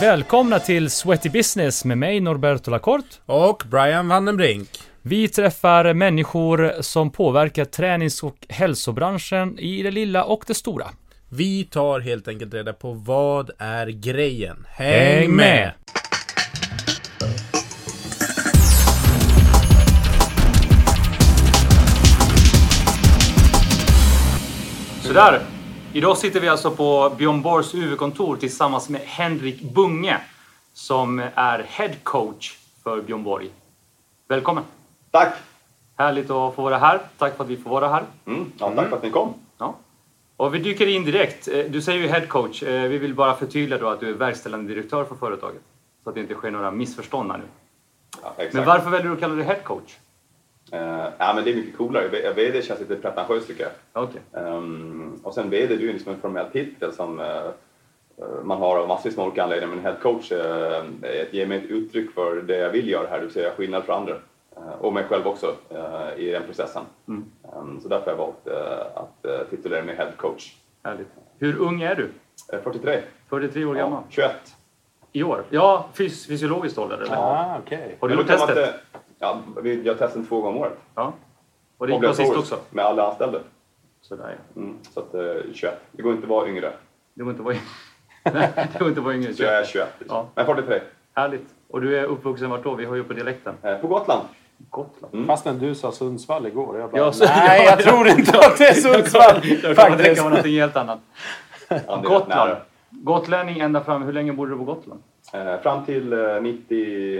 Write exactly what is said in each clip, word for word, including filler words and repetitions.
Välkomna till Sweaty Business med mig Norberto Lacorte och Brian Vandenbrink. Vi träffar människor som påverkar tränings- och hälsobranschen i det lilla och det stora. Vi tar helt enkelt reda på vad är grejen. Häng, Häng med! med. Sådär, idag sitter vi alltså på Björn Borgs huvudkontor tillsammans med Henrik Bunge som är head coach för Björn Borg. Välkommen! Tack! Härligt att få vara här. Tack för att vi får vara här. Mm, ja, tack för att ni kom. Ja. Och vi dyker in direkt. Du säger ju head coach. Vi vill bara förtydliga då att du är verkställande direktör för företaget. Så att det inte sker några missförstånd här nu. Ja, exakt. Men varför väljer du att kalla dig head coach? Uh, ja, men det är mycket coolare. V D känns lite pretentiöst tycker jag. Okay. Um, och sen V D, det är ju liksom en formell titel som uh, man har av massvis med olika anledningar. Men head coach uh, ger mig ett uttryck för det jag vill göra här. Det vill säga skillnad för andra. Uh, och mig själv också uh, i den processen. Mm. Um, så därför har jag valt uh, att uh, titulera mig head coach. Härligt. Hur ung är du? Uh, fyrtiotre. fyrtiotre år gammal? Ja, tjugoett. I år? Ja, fys- fysiologiskt ålder eller? Ah, okej. Okay. Har du gjort testet? Att, ja, jag har testat två gånger om året. Ja. Och det gick på sist också? Med alla anställda. Sådär ja. Mm, så att uh, tjugoett. Det går inte att vara yngre. Det går inte att vara yngre. Nej, det går inte att vara yngre. Så jag är tjugoett. Ja. Men fyrtiotre. Härligt. Och du är uppvuxen vart då? Vi har ju på dialekten. Eh, på Gotland. Gotland. Mm. Fastän du sa Sundsvall igår. Jag bara, ja, så, nej, jag tror inte att det är Sundsvall. Jag kan tänka mig någonting helt annat. Ja, Gotland. Gotlänning ända fram. Hur länge bodde du på Gotland? Eh, fram till eh, nittiotre.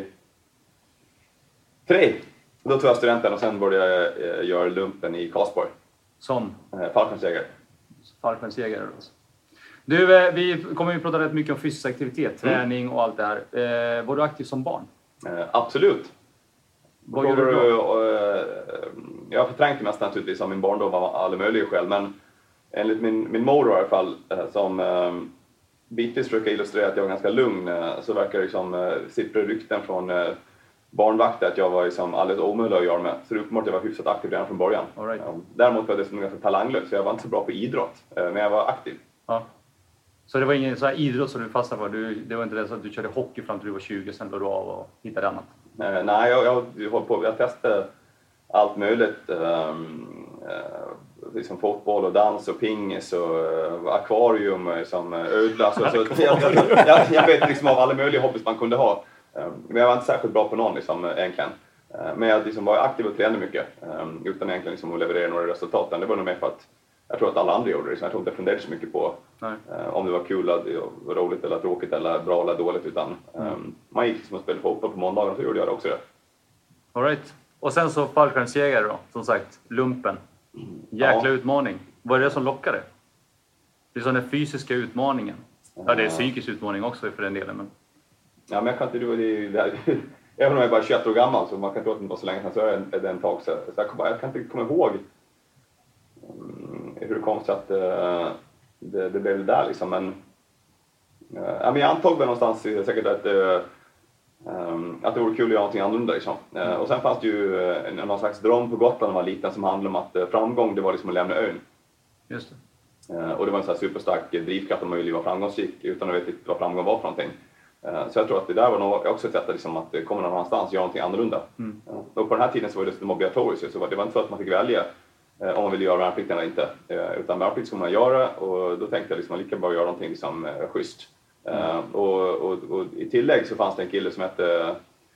Då tog jag studenten och sen började jag eh, göra lumpen i Karlsborg. Som? Eh, fallskärmsjägare. Fallskärmsjägare alltså. Du, eh, vi kommer ju prata rätt mycket om fysisk aktivitet, träning mm. och allt det här. Eh, var du aktiv som barn? Eh, absolut. Vad gjorde du då? Eh, jag har förträngt det mest naturligtvis av min barndom av alla möjliga skäl. Men enligt min, min mor i alla fall, eh, som eh, bitvis försöker illustrera att jag var ganska lugn, eh, så verkar det liksom eh, sippra rykten från eh, barnvakter att jag var liksom alldeles omöjlig att göra med. Så det är uppenbart att jag var hyfsat aktiv redan från början. All right. Däremot var jag dessutom ganska talanglös, så jag var inte så bra på idrott. Men jag var aktiv. Ja. Så det var ingen så här idrott som du fastnade för? Du, det var inte det så att du körde hockey fram till du var tjugo, sen lade du av och hittade annat? Eh, nej, jag, jag, jag, höll på, jag testade allt möjligt. Um, uh, liksom fotboll och dans och pingis och uh, akvarium som uh, ödla. Så, så, jag, jag, jag, jag vet liksom av alla möjliga hobbys man kunde ha. Um, men jag var inte särskilt bra på någon liksom, egentligen. Uh, men jag liksom var aktiv och tränade mycket. Um, utan egentligen liksom att leverera några resultat. Det var nog mer för att jag tror att alla andra gjorde det. Liksom. Jag tror inte jag funderade så mycket på uh, om det var kul, eller roligt eller tråkigt eller bra eller dåligt. Utan um, mm. man gick liksom och spelade fotboll på måndagen, så gjorde jag det också det. All right. Och sen så fallskärmsjägare då, som sagt, lumpen. Jäkla ja. Utmaning. Vad är det som lockade? Det är så den fysiska utmaningen. Ja, det är psykisk utmaning också för den delen. Men... Ja, men jag kan inte do det, det här, även om jag är bara tjugoett år gammal, så man kan inte åt det var så länge sedan, så är det en tag. Så, så jag, kan, jag kan inte komma ihåg um, hur det kom så att uh, det, det blev det där liksom. Men, uh, ja, men jag antog väl någonstans säkert att uh, Um, att det vore kul att göra någonting annorlunda liksom. uh, och sen fanns det ju uh, någon slags dröm på Gotland när man var liten som handlade om att uh, framgång, det var liksom att lämna ön. Just det. Uh, och det var en sån här superstark drivkraft om man ville vara framgångsrik utan att veta vad framgång var för någonting. uh, så jag tror att det där var nog också ett sätt att liksom, att komma någon annanstans och göra någonting annorlunda. Mm. uh, och på den här tiden så var det dessutom obligatoriskt, så det var inte så att man fick välja uh, om man ville göra värnplikt eller inte, uh, utan värnplikt skulle man göra, och då tänkte jag liksom, man lika bra göra någonting liksom, uh, schysst. Uh, och, och, och i tillägg så fanns det en kille som hette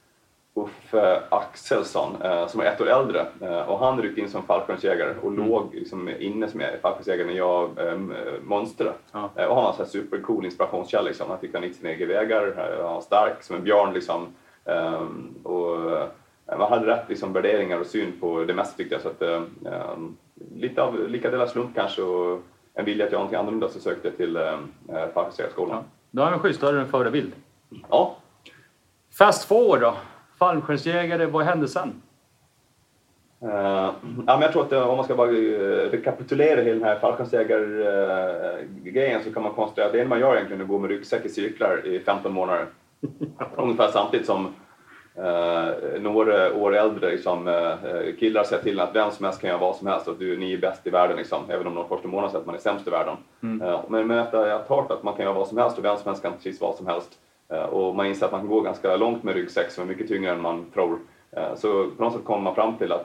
Uffe Axelsson uh, som var ett år äldre, uh, och han ryckte in som fallskärmsjägare och mm. låg liksom inne som jag fallskärmsjägare när jag um, monstrade. Ja. Uh, och han var en supercool inspirationskälla liksom. Han tyckte han gick sina egna vägar, uh, han var stark som en björn liksom. Um, och uh, man hade rätt liksom, värderingar och syn på det mesta tyckte jag, så att uh, um, lite av lika delar slump kanske och en vilja att göra någonting annorlunda, så sökte jag till uh, fallskärmsjägarskolan. Ja. Då har vi en schysst, då har du en förebild. Ja. Fast forward då. Fallskärmsjägare, vad hände sen? Uh, ja, men jag tror att om man ska bara uh, rekapitulera hela den här fallskärmsjägar-grejen uh, så kan man konstatera att det man gör egentligen är att gå med ryggsäck i cyklar i femton månader. Ungefär samtidigt som uh, några år äldre liksom, uh, killar säger till att vem som helst kan göra vad som helst och att du, ni är bäst i världen liksom, även om någon första månaden säger att man är sämst i världen. Mm. Uh, men, men efter att jag har hört att man kan göra vad som helst och vem som helst kan precis vad som helst, och man inser att man kan gå ganska långt med ryggsäck som är mycket tyngre än man tror. Så på något sätt kommer man fram till att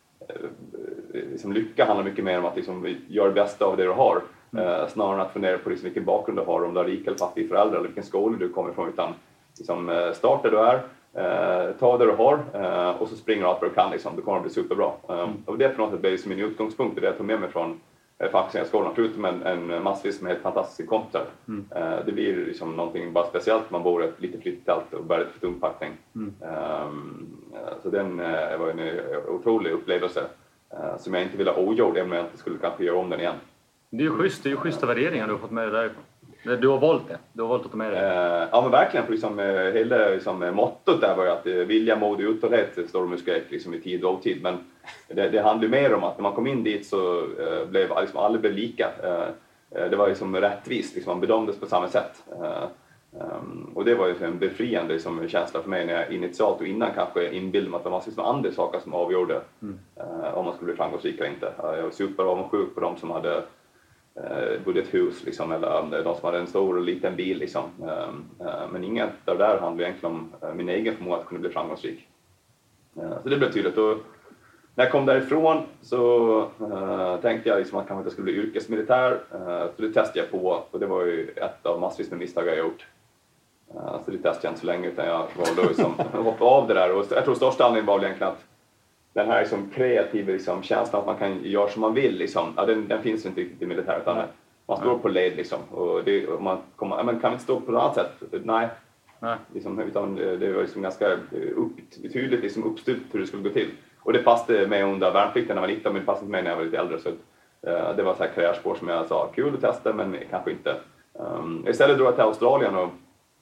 liksom, lycka handlar mycket mer om att liksom, göra det bästa av det du har. Mm. Snarare än att fundera på liksom, vilken bakgrund du har, om du har rik eller fattig föräldrar eller vilken skola du kommer ifrån. Utan liksom, starta där du är, ta det du har och så springer du allt vad du kan. Liksom. Du kommer att bli superbra. Mm. Och det är på något sätt blir som min utgångspunkt, det jag tog med mig från fackskolan, förutom en, en massvis med helt fantastiska kompisar. Mm. Det blir liksom någonting bara speciellt, man bor i ett litet flytttält och bär ett för tung packning. Mm. Um, så den uh, var en otrolig upplevelse uh, som jag inte ville ha ogjord, även om jag inte skulle kanske göra om den igen. Det är ju schysst, det är ju schyssta värderingar du har fått med dig därifrån. Du har valt det, du har valt att ta med dig det. Uh, ja men verkligen, för liksom, uh, hela liksom, mottot där var ju att uh, vilja, mod och uthållighet står de skrek liksom, i tid och otid. Men det, det handlar mer om att när man kom in dit så uh, blev liksom, alla blev lika. Uh, det var liksom rättvist, liksom, man bedömdes på samma sätt. Uh, um, och det var ju en befriande liksom, känsla för mig när jag initialt och innan kanske inbildade mig att det var massvis med andra saker som avgjorde mm. uh, om man skulle bli framgångsrik eller inte. Uh, jag var superavundsjuk på de som hade uh, bodde ett hus liksom, eller um, de som hade en stor och liten bil. Liksom. Uh, uh, men inget av det där handlade egentligen om uh, min egen förmåga att kunna bli framgångsrik. Uh, så det blev tydligt. Och när jag kom därifrån så uh, tänkte jag liksom att kanske jag skulle bli yrkesmilitär. Uh, så det testade jag på och det var ju ett av massvis med misstag jag gjort. Uh, så det testade jag inte så länge utan jag valde att liksom, hoppa av det där. Och jag tror största anledningen var egentligen att den här liksom, kreativa liksom, känslan att man kan göra som man vill. Liksom, ja, den, den finns inte riktigt i militäret. Utan man står på led liksom. Och, det, och man kommer, men kan vi inte stå på något annat sätt? Nej. Nej. Liksom, utan det var liksom ganska upp, tydligt liksom, uppstyrt hur det skulle gå till. Och det passade mig under värnplikten när jag var nitton, men det passade mig när jag var lite äldre. Så, uh, det var så här karriärspår som jag sa, kul att testa men kanske inte. Um, istället drog jag till Australien och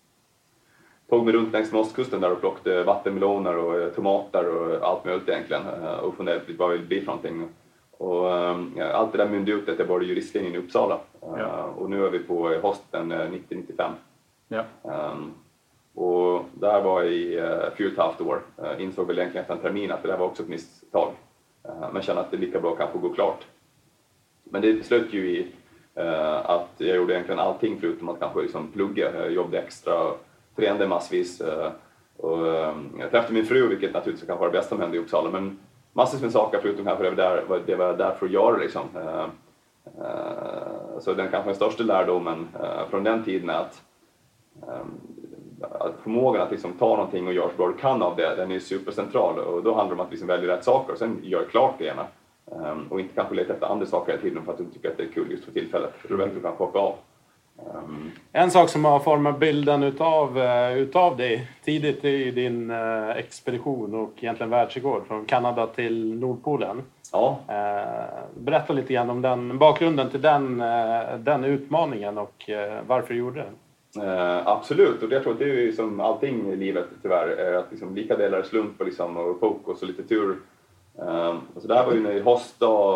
tog mig runt längs med ostkusten där och plockade vattenmeloner och uh, tomater och allt möjligt egentligen. Uh, och funderade på vad jag ville bli för någonting. Och um, allt det där mynnade ut att jag började juristlinjen i Uppsala. Uh, ja. Och nu är vi på hösten uh, nittio nittiofem. Ja. Um, Och där var jag i uh, fyra och ett halvt år. Uh, insåg väl egentligen efter en termin att det där var också ett misstag. Uh, men kände att det är lika bra kanske gå klart. Men det slutade ju i uh, att jag gjorde egentligen allting förutom att kanske liksom plugga. Jag jobbade extra, tränade massvis. Uh, och, uh, jag träffade min fru, vilket naturligtvis kanske var det bästa som hände i Uppsala. Men massvis med saker förutom kanske det var där, det var där för att göra liksom. Uh, uh, så den kanske den största lärdomen uh, från den tiden är att um, att förmågan att liksom ta någonting och göra så bra du kan av det, den är supercentral och då handlar det om att liksom välja rätt saker och sen gör klart det ena um, och inte kanske leta efter andra saker hela tiden för att du tycker att det är kul just för tillfället för då vet du kan hoppa av. Um. En sak som har format bilden utav, uh, utav dig tidigt är ju din uh, expedition och egentligen världsrekord från Kanada till Nordpolen. Ja. Uh, berätta lite grann om den bakgrunden till den, uh, den utmaningen och uh, varför du gjorde den. Uh, absolut, och jag tror att det är ju som allting i livet tyvärr, att liksom lika delar slump och, liksom, och fokus och lite tur. Uh, och så där var ju i höstdag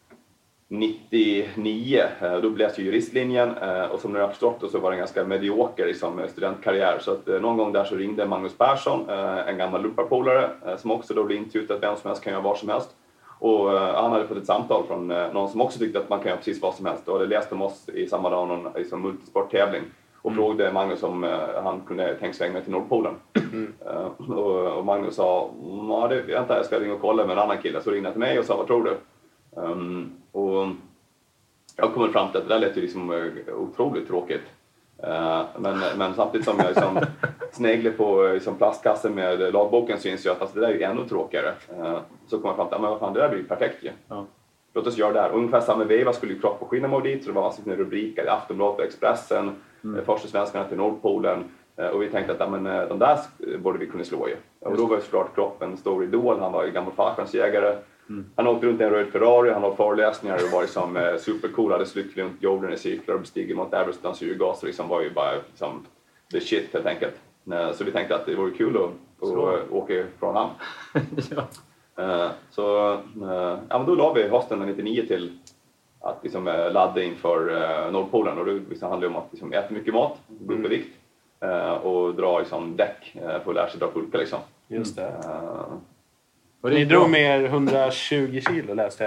nittionio, uh, då blev jag juristlinjen uh, och som ni har förstått så var det en ganska medioker liksom, studentkarriär. Så att uh, någon gång där så ringde Magnus Persson, uh, en gammal lumparpolare uh, som också då blev intutad att vem som helst kan göra vad som helst. Och uh, han hade fått ett samtal från uh, någon som också tyckte att man kan göra precis vad som helst och hade läst om oss i samma dag någon liksom, multisporttävling. Och mm. frågade Magnus om uh, han kunde tänka sig med till Nordpolen. Mm. Uh, och, och Magnus sa, ja det vänta jag ska ringa och kolla med en annan kille. Så ringde han till mig och sa, vad tror du? Um, och jag kom fram till att det där lät ju liksom uh, otroligt tråkigt. Uh, men, men samtidigt som jag liksom sneglade på liksom, plastkassen med lagboken så inser jag att alltså, det där är ju ännu tråkigare. Uh, så kom jag fram till, men vad fan det där blir ju perfekt ju. Ja. Låt oss göra det här. Ungefär samma veva skulle ju Kropp och Skinna dit så det var massivt med rubriker i Aftonbladet och Expressen. Mm. Första svenskarna till Nordpolen och vi tänkte att ja, men, de där borde vi kunna slå ju. Och då var ju såklart Kropp en stor idol, han var ju gammal fallskärmsjägare. Mm. Han åkte runt i en röd Ferrari, han har föreläsningar och var liksom eh, supercool, hade slyckt runt jorden i cyklar och bestigit mot Everestans syrgas och liksom var ju bara liksom, the shit helt enkelt. Så vi tänkte att det vore kul att, att åka från han. Ja. Uh, så uh, ja, men då la vi hösten nittionio till att liksom, uh, ladda inför uh, Nordpolen och det liksom, handlar om att liksom, äta mycket mat, gå upp i vikt uh, och dra liksom, däck uh, för att lära sig dra pulka liksom. Just det. Uh, och ni drog med hundrasjugo kilo läste jag.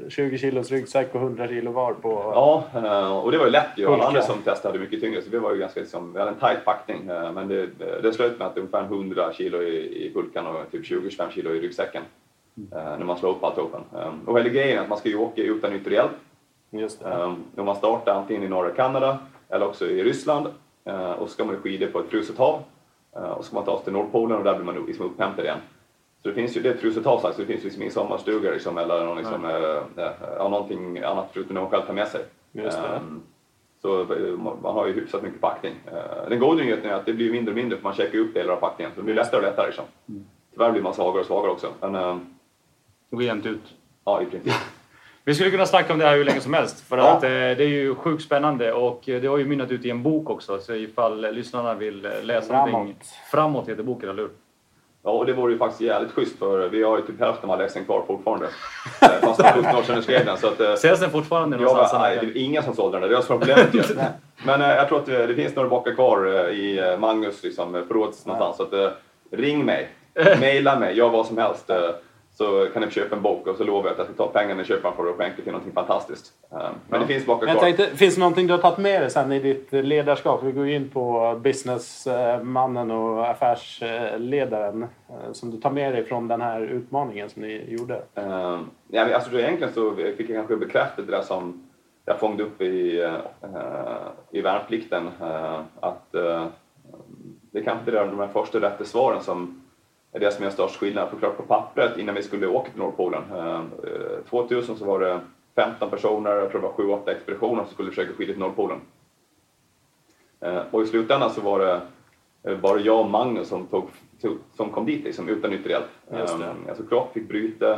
tjugo kilos ryggsäck och hundra kilo var på... Ja, och det var ju lätt ju. Alla andra som testade hade mycket tyngre, så det var ju ganska liksom, vi hade en tight packning. Men det, det slöt med att ungefär hundra kilo i, i pulkan och typ tjugo till tjugofem kilo i ryggsäcken. Mm. När man slår upp alltihopen. Och hela grejen är att man ska ju åka utan yttre hjälp. Just det. Um, om man startar antingen i norra Kanada eller också i Ryssland, uh, och så ska man skida på ett fruset hav, uh, och så ska man ta sig till Nordpolen och där blir man liksom upphämtad igen. Så det finns ju, det är ett fruset hav, så det finns liksom ingen sommarstuga liksom, eller någon, liksom, uh, uh, någonting annat förutom att själv ta med sig. Just det. Um, så uh, man har ju hyfsat mycket packning. Uh, den goda nyheten är att det blir mindre och mindre för man checkar upp delar av packningen, så det blir lättare och lättare liksom. Mm. Tyvärr blir man svagare och svagare också. Men, uh, det går jämnt ut. Ja, i princip. Vi skulle kunna snacka om det här hur länge som helst. För ja. att eh, det är ju sjukt spännande. Och det har ju mynnat ut i en bok också. Så ifall eh, lyssnarna vill läsa framåt. någonting. Framåt heter boken, eller hur? Ja, och det vore ju faktiskt jävligt schysst. För vi har ju typ hälften av läxen kvar fortfarande. Fast det är sjutton år sedan jag skrev den. Så att, ses den fortfarande någonstans? Nej, det är inga som sålde den. Det är jag som har problemet ju. Men eh, jag tror att det, det finns några bakar kvar eh, i Magnus liksom, förråds någonstans. Så att, eh, ring mig. Maila mig. Gör vad som helst. Eh, Så kan ni köpa en bok och så lovar jag att jag ska ta pengarna och köpa den för att skänka till någonting fantastiskt. Men ja. Det finns bakar kvar. Jag tänkte, finns det någonting du har tagit med dig sen i ditt ledarskap? Vi går in på businessmannen och affärsledaren som du tar med dig från den här utmaningen som ni gjorde. Uh, ja, alltså egentligen så fick jag kanske bekräftat det där som jag fångade upp i, uh, i värnplikten. Uh, att uh, det kanske är de här första rätta svaren som är det som är störst skillnad. För klart på pappret innan vi skulle åka till Nordpolen. tvåtusen så var det femton personer, jag tror det var sju åtta expeditioner som skulle försöka skida till Nordpolen. Och i slutändan så var det bara jag och Magnus som, tog, tog, som kom dit liksom, utan yttre hjälp. Alltså Kropp fick bryta.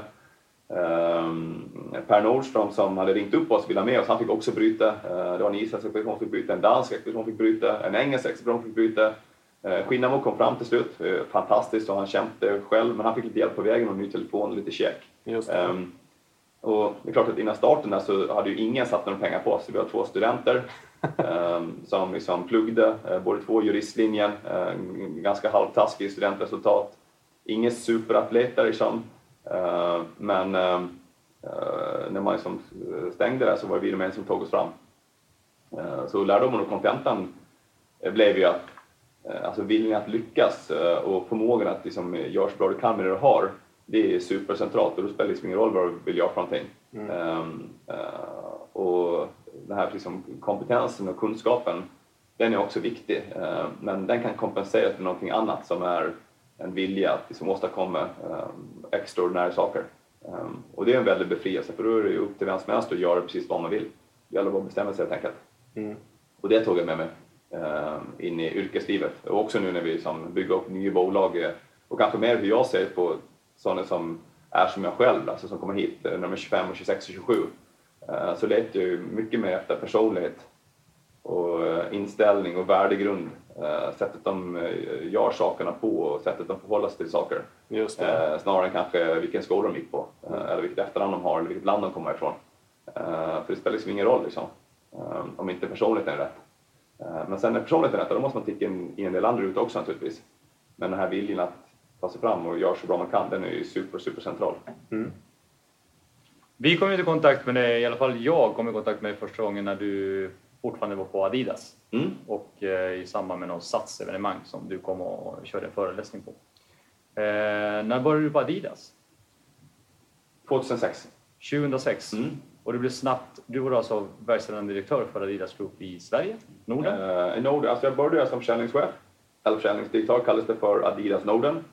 Per Nordström som hade ringt upp oss och ville ha med oss, han fick också bryta. Det var en isländsk expedition som fick bryta, en dansk expedition fick bryta, en engelsk expedition fick bryta. Skinnamo kom fram till slut, fantastiskt, och han kämpade själv, men han fick lite hjälp på vägen och en ny telefon och lite check. Just det. Um, och det är klart att innan starten där så hade ju ingen satt några pengar på oss. Vi har två studenter um, som liksom pluggade, uh, både två juristlinjen, uh, ganska halvtaskig studentresultat. Ingen superatleter liksom, uh, men uh, uh, när man liksom stängde där så var det vi de som tog oss fram. Uh, så lärdomen och kontentan blev ju att alltså viljan att lyckas och förmågan att liksom göra så bra du kan med det du har, det är supercentralt, och då spelar det liksom ingen roll vad du vill göra för någonting. Mm. Um, uh, och den här liksom kompetensen och kunskapen, den är också viktig, uh, men den kan kompenseras med någonting annat som är en vilja att liksom åstadkomma um, extraordinära saker. Um, och det är en väldigt befrielse, för då är det upp till vem som helst att göra precis vad man vill. Det gäller bara att bestämma sig helt enkelt. Mm. Och det tog jag med mig in i yrkeslivet, och också nu när vi liksom bygger upp nya bolag, och kanske mer hur jag ser på sådana som är som jag själv, alltså som kommer hit när de är tjugofem, tjugosex och tjugosju, så letar jag ju mycket mer efter personlighet och inställning och värdegrund, sättet de gör sakerna på och sättet de förhåller sig till saker. Just det. Snarare än kanske vilken skola de gick på, eller vilket efternamn de har, eller vilket land de kommer ifrån. För det spelar liksom ingen roll liksom, om inte personligheten är rätt. Men sen när personligheten är rätt, då måste man ticka in i en del andra ut också naturligtvis. Men den här viljan att ta sig fram och göra så bra man kan, den är ju super, super central. Mm. Vi kom ju i kontakt med dig, i alla fall jag kom i kontakt med dig första gången när du fortfarande var på Adidas. Mm. Och eh, i samband med något satsevenemang som du kom och körde en föreläsning på. Eh, när började du på Adidas? tjugohundrasex. tjugohundrasex. Mm. Och du blev snabbt, du var alltså verkställande direktör för Adidas Group i Sverige, Norden? Uh, I Norden, alltså jag började som försäljningschef, eller försäljningsdirektör kallas det för Adidas Norden.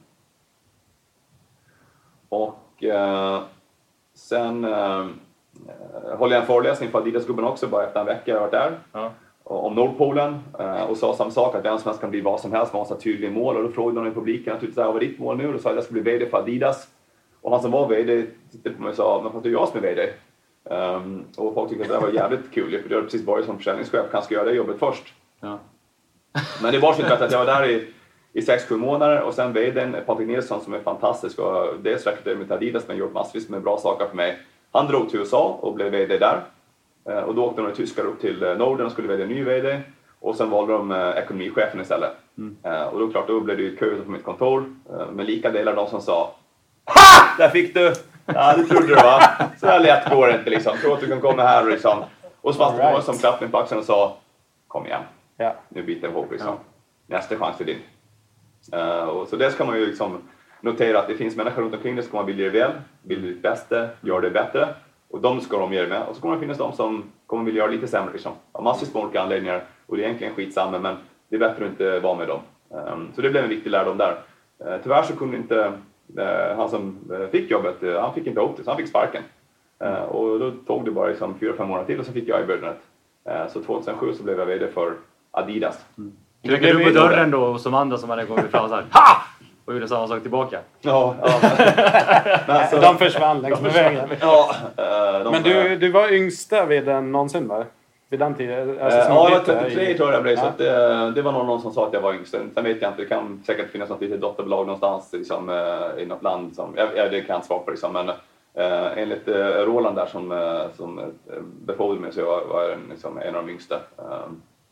Och uh, sen uh, håller jag en föreläsning för Adidas-gruppen också, bara efter en vecka jag har varit där. Ja. Om Nordpolen, uh, och sa samma sak, att vem som helst kan bli vad som helst, man måste ha tydliga mål. Och då frågade de i publiken, naturligtvis, vad är ditt mål nu? Och då sa jag att jag ska bli vd för Adidas. Och han som var vd tittade på mig och sa, men fast det är jag som är vd. Um, och folk tyckte att det där var jävligt kul, för det har precis varit som försäljningschef, kanske göra det jobbet först. Ja. Men det var så att jag var där i, i sex sju månader, och sen vdn Patrik Nilsson som är fantastisk, och dels rekryterade mig till Adidas men gjort massvis med bra saker för mig. Han drog till U S A och blev vd där, uh, och då åkte några tyskar upp till uh, Norden och skulle välja en ny vd, och sen valde de uh, ekonomichefen istället. Mm. Uh, och då klart, då blev det ju kö på mitt kontor, uh, men lika delar de som sa, ha! Där fick du! Ja, det trodde du va? Så här lätt går det inte liksom. Tror att du kan komma här och liksom. Och så fanns det någon som klappade mig på axeln och sa kom igen, ja. Nu biter jag ihop liksom. Ja. Nästa chans är din. Uh, och så det ska man ju liksom notera att det finns människor runt omkring dig som kommer vilja det väl, vill ditt bästa, gör det bättre. Och de ska de göra med. Och så kommer det finnas de som kommer vilja göra lite sämre liksom. Av massvis med olika anledningar. Och det är egentligen skitsamma, men det är bättre att inte vara med dem. Um, så det blev en viktig lärdom där. Uh, tyvärr så kunde inte uh, han som uh, fick jobbet, uh, han fick inte ihop det, så han fick sparken. Uh, och då tog det bara liksom fyra, fem månader till och så fick jag erbjudandet. Uh, så tjugohundrasju så blev jag vd för Adidas. Mm. Tryckte du på dörren då som andra som hade kommit fram och sagt ha! Och gjorde samma sak tillbaka. Ja, ja. Men alltså, de försvann längs med vägen. Ja, uh, de, men du, du var yngsta vdn någonsin va? Vid den tiden? Alltså, uh, ja, jag var trettiotre tror jag det blev. Ja. Så att det, det var någon, någon som sa att jag var yngst. Sen vet jag inte, det kan säkert finnas något litet dotterbolag någonstans liksom, uh, i något land. Som, jag, jag, det kan jag inte svara på liksom, men uh, enligt uh, Roland där som, uh, som uh, befordrade mig så var, var jag liksom, en av de yngsta. Uh,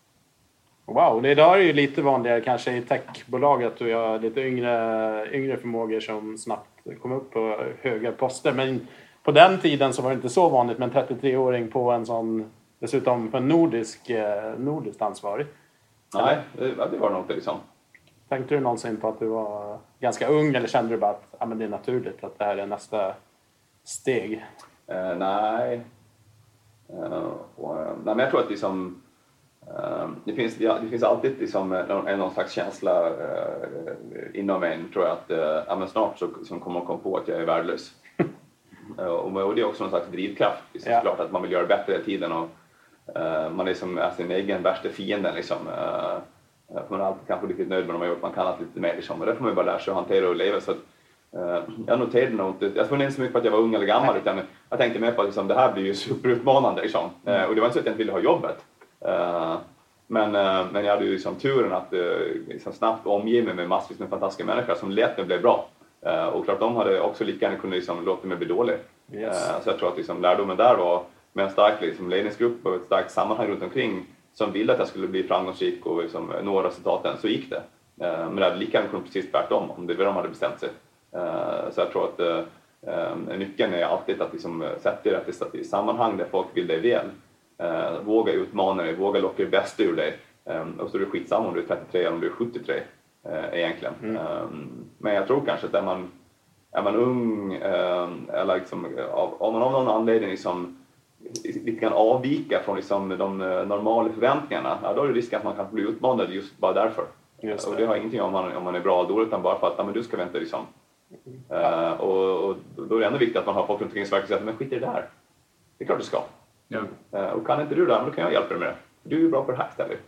Wow, det idag är ju lite vanligare kanske i techbolag att du har lite yngre, yngre förmågor som snabbt kommer upp på höga poster. Men på den tiden så var det inte så vanligt med en trettiotre-åring på en sån, dessutom för en nordisk, nordiskt ansvarig. Nej, det, det var nog inte liksom. Tänkte du någonsin på att du var ganska ung eller kände du bara att ja, men det är naturligt att det här är nästa steg? Uh, nej. Uh, och, uh, nej, men jag tror att liksom Uh, det, finns, ja, det finns alltid liksom någon, någon slags känsla uh, inom en, tror jag, att uh, ja, men snart så, så kommer man komma på att jag är värdelös. uh, och, och det är också någon slags drivkraft. Liksom, ja. Såklart att man vill göra bättre hela tiden och uh, man är som är sin egen värsta fienden. Liksom. Uh, man är alltid kanske riktigt nöjd med vad man har gjort, man kan alltid lite mer. Liksom. Och där får man bara lära sig att hantera och leva. Så att, uh, jag noterade nog inte, jag funderade inte så mycket på att jag var ung eller gammal, utan jag tänkte mer på att liksom, det här blir ju superutmanande. Liksom. Uh, och det var inte så att jag inte ville ha jobbet. Uh, men, uh, men jag hade ju liksom turen att uh, liksom snabbt omge mig med massvis med fantastiska människor som lät mig bli bra. Uh, och klart de hade också lika gärna kunnat liksom, låta mig bli dålig. Yes. Uh, så jag tror att liksom, lärdomen där var med en stark liksom, ledningsgrupp och ett starkt sammanhang runt omkring som ville att jag skulle bli framgångsrik och liksom, nå resultaten, så gick det. Uh, men det hade lika gärna kunnat precis tvärtom om det var de hade bestämt sig. Uh, så jag tror att uh, uh, nyckeln är alltid att liksom, sätta det rätt i sammanhang där folk vill dig väl. Uh, våga utmana dig, våga locka det bästa ur dig. Um, och så är det skitsamma om du är trettiotre eller om du är sjuttiotre uh, egentligen. Mm. Um, men jag tror kanske att är man, är man ung um, eller liksom, om man av någon anledning liksom, lite kan avvika från liksom, de normala förväntningarna, ja, då är det risk att man kan bli utmanad just bara därför. Just det. Och det har ingenting om man, om man är bra eller dåligt, utan bara för att ja, men du ska vänta liksom. Uh, och, och då är det ändå viktigt att man har folk runt omkring som verkar säga, men skit i det där. Det är klart du ska. Ja. Uh, och kan inte du det, då kan jag hjälpa dig med det. Du är bra på det här stället.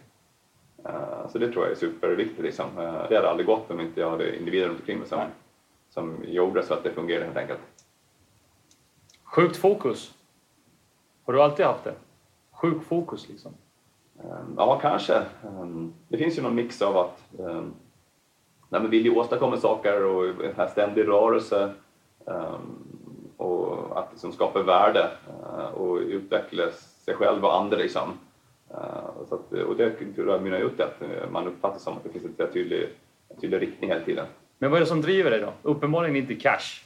Uh, så det tror jag är superviktigt. Liksom. Uh, det hade aldrig gått om inte jag hade individer runt omkring mig som, som gjorde så att det fungerade helt enkelt. Sjukt fokus. Har du alltid haft det? Sjuk fokus liksom? Um, ja, kanske. Um, det finns ju någon mix av att um, när man vill ju åstadkomma saker och en här ständig rörelse. Um, och att liksom skapa värde uh, och utveckla sig själv och andra liksom. Uh, så att, och det mynnar ut att man uppfattar som att det finns en tydlig, en tydlig riktning hela tiden. Men vad är det som driver dig då? Uppenbarligen inte cash.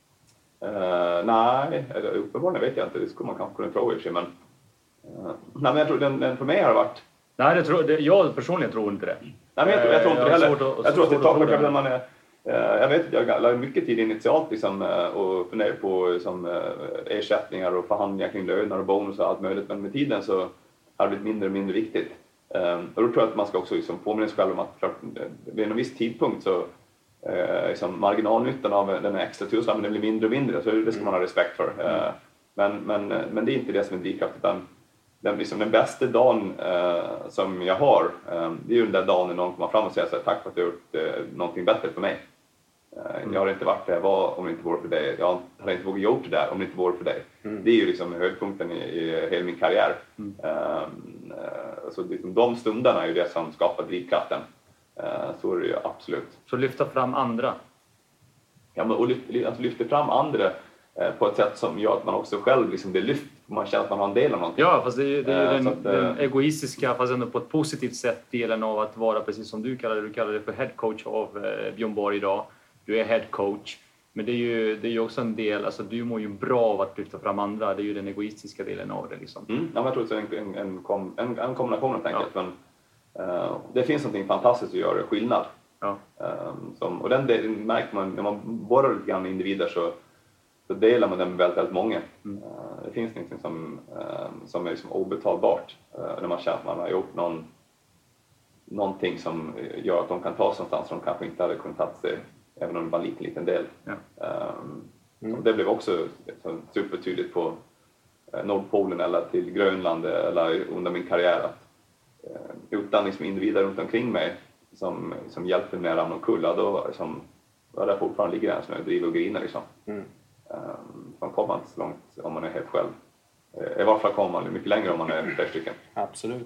Uh, nej, eller uppenbarligen vet jag inte. Det skulle man kanske kunna tro i sig, men uh, nej, men jag tror den, den för mig har varit. Nej, det tror, det, jag personligen tror inte det. Nej, men jag, tror, jag tror inte det heller. Att, jag tror att det tar mycket när man är. Uh, jag vet att jag la mycket tid initialt liksom, uh, och funderade på liksom, uh, ersättningar och förhandlingar kring löner och bonus och allt möjligt, men med tiden så har det blivit mindre och mindre viktigt. Um, och då tror jag att man ska också liksom, påminna sig själv om att klart, vid en viss tidpunkt så uh, liksom, marginalnyttan av den här extra tusenlappen blir mindre och mindre, så det ska man ha respekt för. Uh, mm. men, men, men det är inte det som är drivkraft, utan den, liksom, den bästa dagen uh, som jag har, um, det är ju den där dagen när någon kommer fram och säger så här, tack för att du har gjort uh, någonting bättre för mig. Mm. Jag har inte varit där jag var om det inte vore för dig. Jag hade inte vågat gjort det där om det inte vore för dig. Mm. Det är ju liksom höjdpunkten i, i hela min karriär. Mm. Um, uh, så liksom, de stunderna är ju det som skapar drivkraften. Uh, så är det ju absolut. Så lyfta fram andra? Ja, men, och lyfta, alltså, lyfta fram andra uh, på ett sätt som gör att man också själv liksom, blir lyft. Man känner att man har en del av någonting. Ja, fast det är, det är uh, den, att, uh, den egoistiska, fast ändå på ett positivt sätt, delen av att vara precis som du kallar det. Du kallar det för head coach av uh, Björn Borg idag. Du är head coach, Men det är ju, det är ju också en del, alltså du mår ju bra av att lyfta fram andra, det är ju den egoistiska delen av det liksom. Mm, ja, jag tror att det är en, en, en, en, en kombination helt enkelt. Ja. Men, uh, det finns någonting fantastiskt att göra skillnad. Ja. Um, som, och den delen märker man, när man borrar lite grann med individer så, så delar man den med väldigt, väldigt många. Mm. Uh, det finns någonting som, uh, som är liksom obetalbart uh, när man känner att man har gjort någon, någonting som gör att de kan ta sig någonstans som de kanske inte hade kunnat ta sig, även om det var en liten, liten del. Ja. Um, mm. Det blev också supertydligt på uh, Nordpolen eller till Grönland eller under min karriär att uh, utan liksom individer runt omkring mig som, som hjälper mig att ramla omkull, då liksom, där det fortfarande ligger en som jag driver och griner liksom. Mm. Um, man kommer inte så långt om man är helt själv. Uh, I varje fall kommer man mycket längre om man är flera stycken. Absolut.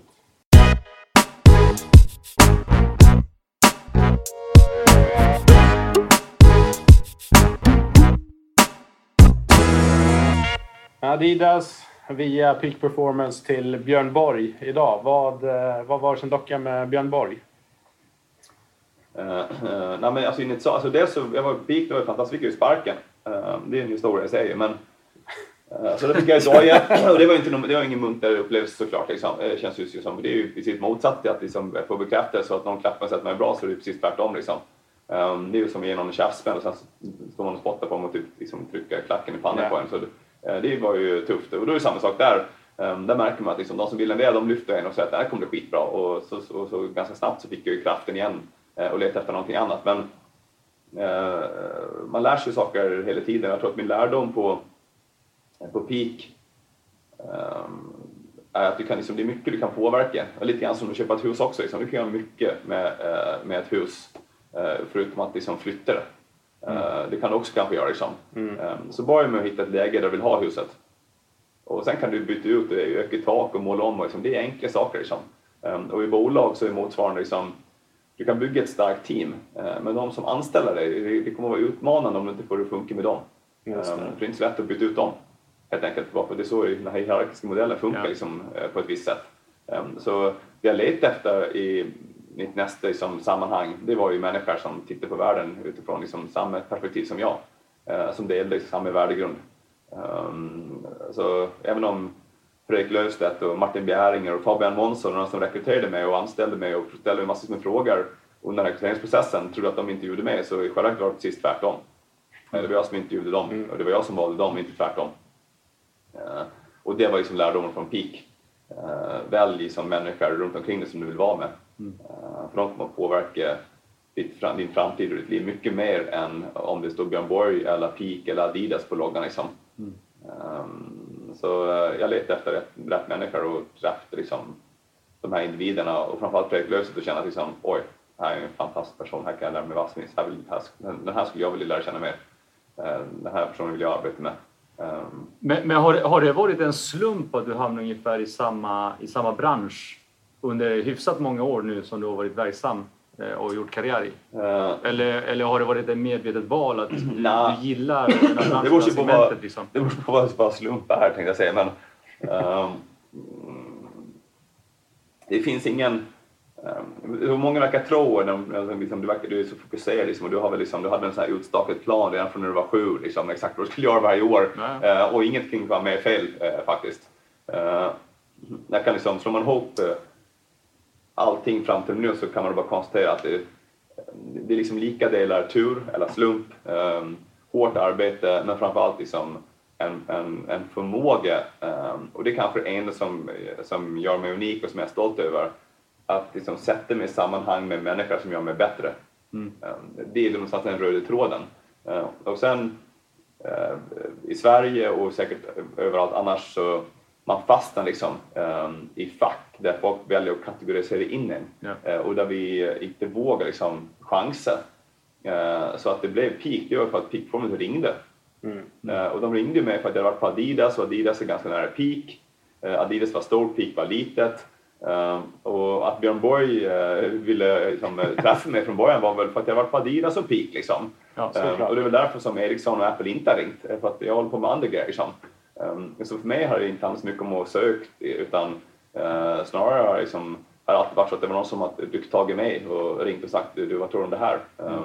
Adidas via Peak Performance till Björn Borg idag. Vad, vad var det som lockade med Björn Borg? Uh, uh, nej men alltså initialt, alltså dels så, jag var Peak, det var fantastiskt, fick jag ju sparken. Uh, det är en historia jag säger, men uh, så det fick jag ju doja. Och det var inte någon, det var ingen munter upplevelse såklart liksom. Det känns ju som, det är ju precis motsatt till att liksom få bekräfta så att någon klappar så att man är bra, så är det precis tvärtom liksom. Um, det är ju som att ge någon en käftsmäll och sen står man och spottar på dem och typ liksom trycker klacken i pannan yeah. på en, så det, uh, det var ju tufft. Och då är det samma sak där. Um, där märker man att liksom, de som vill en väl, de lyfter en och säger att det här kommer bli skitbra, och så, så, så ganska snabbt så fick jag ju kraften igen och leta efter någonting annat. Men eh, man lär sig saker hela tiden. Jag tror att min lärdom på, på Peak eh, är att du kan, liksom, det är mycket du kan påverka. Lite grann som att köpa ett hus också. Liksom. Du kan göra mycket med, eh, med ett hus eh, förutom att liksom, flytta det. Mm. Eh, det kan du också kanske göra. Liksom. Mm. Eh, så börja med att hitta ett läge där du vill ha huset. Och sen kan du byta ut det, öka tak och måla om. Och, liksom. Det är enkla saker. Liksom. Eh, och i bolag så är motsvarande liksom, du kan bygga ett starkt team, men de som anställer dig, det kommer att vara utmanande om du inte får det funka med dem. Just det. För det är inte så lätt att byta ut dem, helt enkelt. För det är så den här hierarkiska modellen funkar ja. liksom, på ett visst sätt. Så det jag letade efter i mitt nästa liksom, sammanhang, det var ju människor som tittar på världen utifrån liksom, samma perspektiv som jag. Som delade liksom, samma värdegrund. Så även om Fredrik Löfstedt och Martin Bjäringer och Fabian Månsson och de som rekryterade mig och anställde mig och ställde mig massor med frågor under rekryteringsprocessen, trodde att de intervjuade mig, så i själva verket var det precis tvärtom. Mm. Det var jag som intervjuade dem mm. och det var jag som valde dem, inte tvärtom. Uh, och det var liksom lärdomen från Peak. Uh, välj som människor runt omkring dig som du vill vara med. Mm. Uh, för de kommer att påverka ditt, din framtid och ditt liv mycket mer än om det står Björn Borg eller Peak eller Adidas på loggan liksom. Mm. Um, så uh, jag letar efter rätt, rätt människor och träffade liksom, de här individerna, och framförallt Fredrik Löfstedt, och känna att liksom, oj, här är en fantastisk person, här kan jag lära mig massvis, här vill, här, den här skulle jag vilja lära känna mer, uh, den här personen vill jag arbeta med. Um, men men har, har det varit en slump att du hamnar ungefär i samma, i samma bransch under hyfsat många år nu som du har varit verksam och gjort karriär i? Uh, eller, eller har det varit ett medvetet val att du, nah, du gillar den här det beror på vad, liksom? Det beror på vad, vad slump är, tänkte jag säga, men um, det finns ingen um, många verkar tro när liksom, du, verkar, du är så fokuserad liksom, och du har väl liksom, du hade en sån här utstakad plan redan från när du var sju liksom, exakt vad du skulle göra varje år, uh, och inget kring var mer fel uh, faktiskt. Uh, jag kan liksom, slår man ihop uh, allting fram till nu, så kan man bara konstatera att det, det är liksom lika delar tur eller slump, um, hårt arbete, men framförallt liksom en, en, en förmåga, um, och det är kanske det enda som, som gör mig unik och som jag är stolt över, att liksom sätta mig i sammanhang med människor som gör mig bättre. Mm. Um, det är någonstans den röda tråden. Uh, och sen uh, i Sverige och säkert överallt annars, så man fastnar liksom um, i fack där folk väljer att kategorisera in en. Ja. Uh, och där vi inte vågar liksom chansa. Uh, så att det blev Peak, det var för att Peak Performance ringde. Mm. Mm. Uh, och de ringde mig för att jag var på Adidas, och Adidas är ganska nära Peak. Uh, Adidas var stort, Peak var litet. Uh, och att Björn Borg uh, ville liksom, träffa mig från början var väl för att jag var på Adidas och Peak liksom. Ja, uh, och det är väl därför som Ericsson och Apple inte har ringt, för att jag håller på med andra grejer liksom. Um, så för mig har det inte handlat så mycket om att söka, utan uh, snarare har liksom, har alltid varit så att det var någon som har dykt tag i mig och ringt och sagt, du, vad tror du om det här? Um,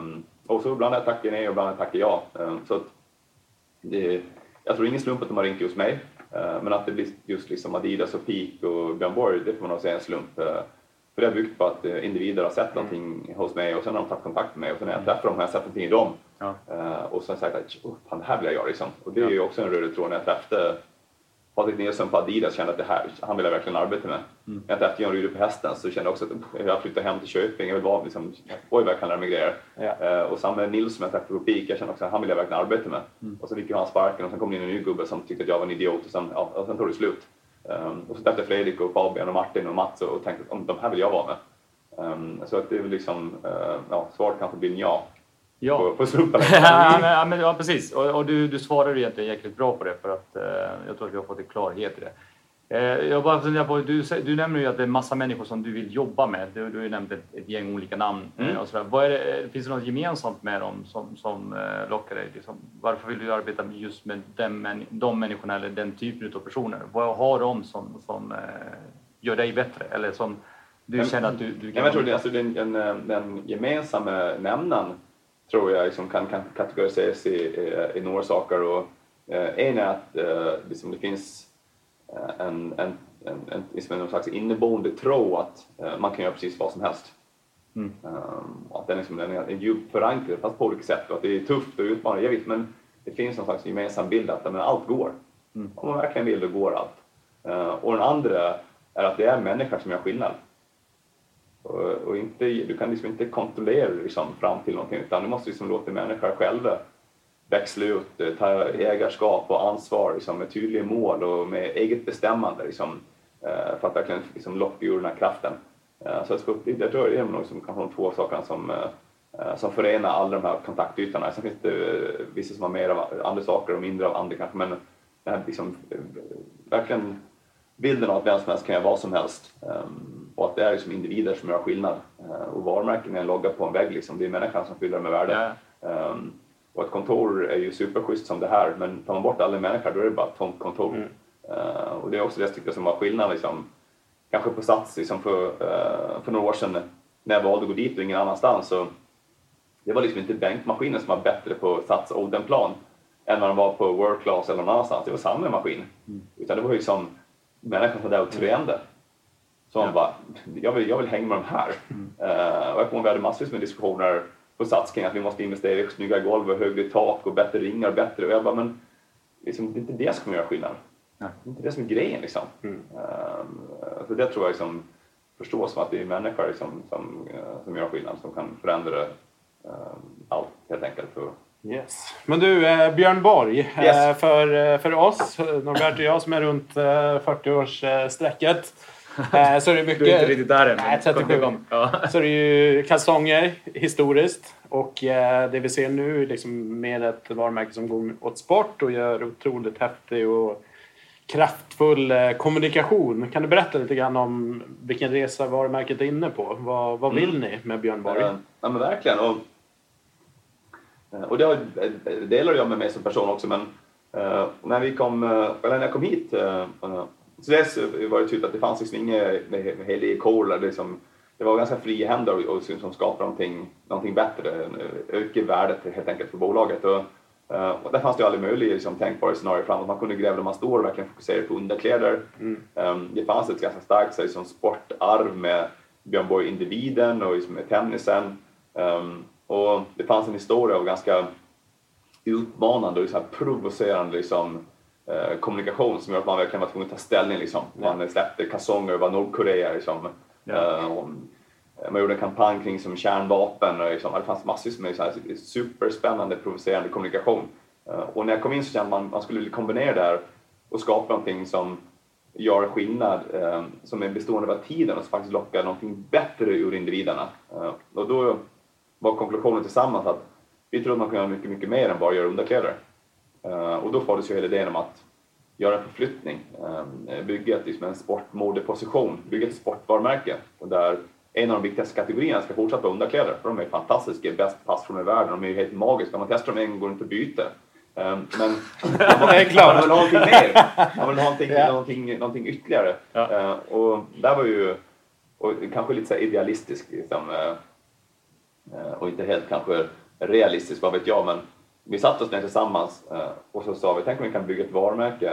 och så ibland är tackar nej och ibland tackar ja. Så att det, jag tror ingen slump att de har ringt just mig. Men att det blir just liksom Adidas och Peak och Björn Borg, det får man nog säga en slump. För det har byggt på att individer har sett någonting hos mig och sen har de tagit kontakt med mig och sen när jag träffar dem har jag sett någonting i dem. Ja. Och sen sagt att oh, fan, det här vill jag göra liksom. Och det är ju också en röd tråd. När jag träffade Patrik Nilsson på Adidas kände att det här, han vill jag verkligen arbeta med. Mm. När jag träffade Jan Rydde på Hästen så kände jag också att jag flyttar hem till Köping. Jag vill vara liksom, oj vad jag kan lära mig grejer. Ja. Och samma Nils som jag träffade på Peak, jag kände också att han vill jag verkligen arbeta med. Mm. Och så fick han sparken och sen kom det in en ny gubbe som tyckte att jag var en idiot och sen, ja, och sen tog det slut. Um, och så träffade Fredrik och Fabian och Martin och Mats och tänkte att om de här vill jag vara med. Um, så att det är väl liksom, uh, ja, svaret kanske blir ja. Ja, på, på slumpen. ja, men, ja, men, ja, precis. Och, och du, du svarar ju egentligen jäkligt bra på det för att uh, jag tror att vi har fått en klarhet i det. Uh, jag bara funderar på, du, du nämner ju att det är massa människor som du vill jobba med. Du, du har ju nämnt ett, ett gäng olika namn. Mm. Och sådär. Vad är det, finns det något gemensamt med dem som, som uh, lockar dig? Liksom, varför vill du arbeta just med den, de människorna eller den typen av personer? Vad har de som, som uh, gör dig bättre? Eller som du känner att du, du kan... Jag tror det, alltså, den, den, den gemensamma nämnaren tror jag liksom kan, kan kategoriseras i, i, i några saker. Och, eh, en är att eh, liksom det finns eh, en, en, en, en, liksom en slags inneboende tro att eh, man kan göra precis vad som helst. Mm. Um, att den, liksom, den är djupt förankrad fast på olika sätt och att det är tufft och utmanande. Jag vet, men det finns någon slags gemensam bild att men, allt går. Mm. Om man verkligen vill, då går allt. Uh, och den andra är att det är människor som gör skillnad. Och, och inte, du kan liksom inte kontrollera liksom, fram till någonting utan du måste liksom låta människor själva växla ut, ta ägarskap och ansvar liksom, med tydliga mål och med eget bestämmande liksom, för att verkligen liksom, locka ur den här kraften. Så jag, skulle, jag tror det är nog som kanske de två sakerna som, som förenar alla de här kontaktytorna. Sen finns det vissa som har mer av andra saker och mindre av andra kanske, men det här liksom, verkligen bilden av att vem som helst kan göra vad som helst. Um, och att det är liksom individer som gör skillnad. Uh, och varumärken är en logga på en vägg. Liksom. Det är människan som fyller med värde. Yeah. Um, och ett kontor är ju superschysst som det här. Men tar man bort alla människor då är det bara ett tomt kontor. Mm. Uh, och det är också det tycker jag som var skillnad. Liksom, kanske på Sats liksom för, uh, för några år sedan när jag valde att gå dit och ingen annanstans. Så det var liksom inte bänkmaskinen som var bättre på Sats Odenplan än vad de var på World Class eller någon annanstans. Det var samma maskin. Mm. Utan det var ju som människan var där och tränade. Så han ja. bara, jag vill, jag vill hänga med de här. Mm. Uh, och jag kommer vi hade massvis med diskussioner på Sats kring att vi måste investera i snygga golv och högre tak och bättre ringar och bättre. Och jag bara, men liksom, det är inte det som kommer göra skillnad. Ja. Det är inte det som är grejen liksom. Mm. Uh, så det tror jag liksom förstås som att det är människor liksom, som, uh, som gör skillnad, som kan förändra uh, allt helt enkelt för. Yes. Men du, eh, Björn Borg, yes. eh, för, för oss, Norbert och jag som är runt eh, fyrtio-årssträcket, eh, så är det mycket... Du är inte riktigt där än. Nej, trettiosju. Ja. Så är det ju kalsonger historiskt. Och eh, det vi ser nu är liksom mer ett varumärke som går åt sport och gör otroligt häftig och kraftfull eh, kommunikation. Kan du berätta lite grann om vilken resa varumärket är inne på? Vad, vad vill mm. ni med Björn Borg? Ja, ja men verkligen. Och... Och det delar jag med mig som person också, men uh, när vi kom, uh, eller när jag kom hit uh, uh, så dess var det tydligt att det fanns liksom inget med, med helig kol, liksom, det var ganska fria händer och, och som skapade någonting, någonting bättre, öka värdet helt enkelt för bolaget. Och, uh, och där fanns det ju aldrig möjligt liksom, tänkbara scenarier framåt. Man kunde gräva där man står och verkligen fokusera på underkläder. Mm. Um, det fanns ett ganska starkt så, liksom, sportarv med Björn Borg individen och liksom, med tennisen. Um, Och det fanns en historia av ganska utmanande och liksom provocerande liksom, eh, kommunikation som gör att man verkligen var tvungen att ta ställning. Liksom. Man släppte kalsonger över Nordkorea. Liksom. Ja. Eh, man gjorde en kampanj kring som kärnvapen. Och, liksom, det fanns massvis med liksom, superspännande, provocerande kommunikation. Eh, och när jag kom in så kände man att man skulle kombinera det här och skapa någonting som gör skillnad, eh, som är bestående av tiden och som faktiskt lockar någonting bättre ur individerna. Eh, och då var konklusionen tillsammans att vi tror att man kan göra mycket, mycket mer än bara göra underkläder. Uh, och då föddes ju hela idén om att göra en förflyttning, uh, bygga ett, liksom en sportmodeposition, bygga ett sportvarumärke. Och där en av de viktigaste kategorierna ska fortsätta vara underkläder, för de är fantastiska, bäst passformer i världen, de är ju helt magiska. Om man testar dem en gång går det inte att byta. Um, men man, är klart. Man vill ha någonting mer, man vill ha någonting, yeah. någonting, någonting ytterligare. Ja. Uh, och där var ju, och kanske lite så här idealistisk liksom, uh, och inte helt kanske realistiskt, vad vet jag, men vi satt oss ner tillsammans och så sa vi, tänk om vi kan bygga ett varumärke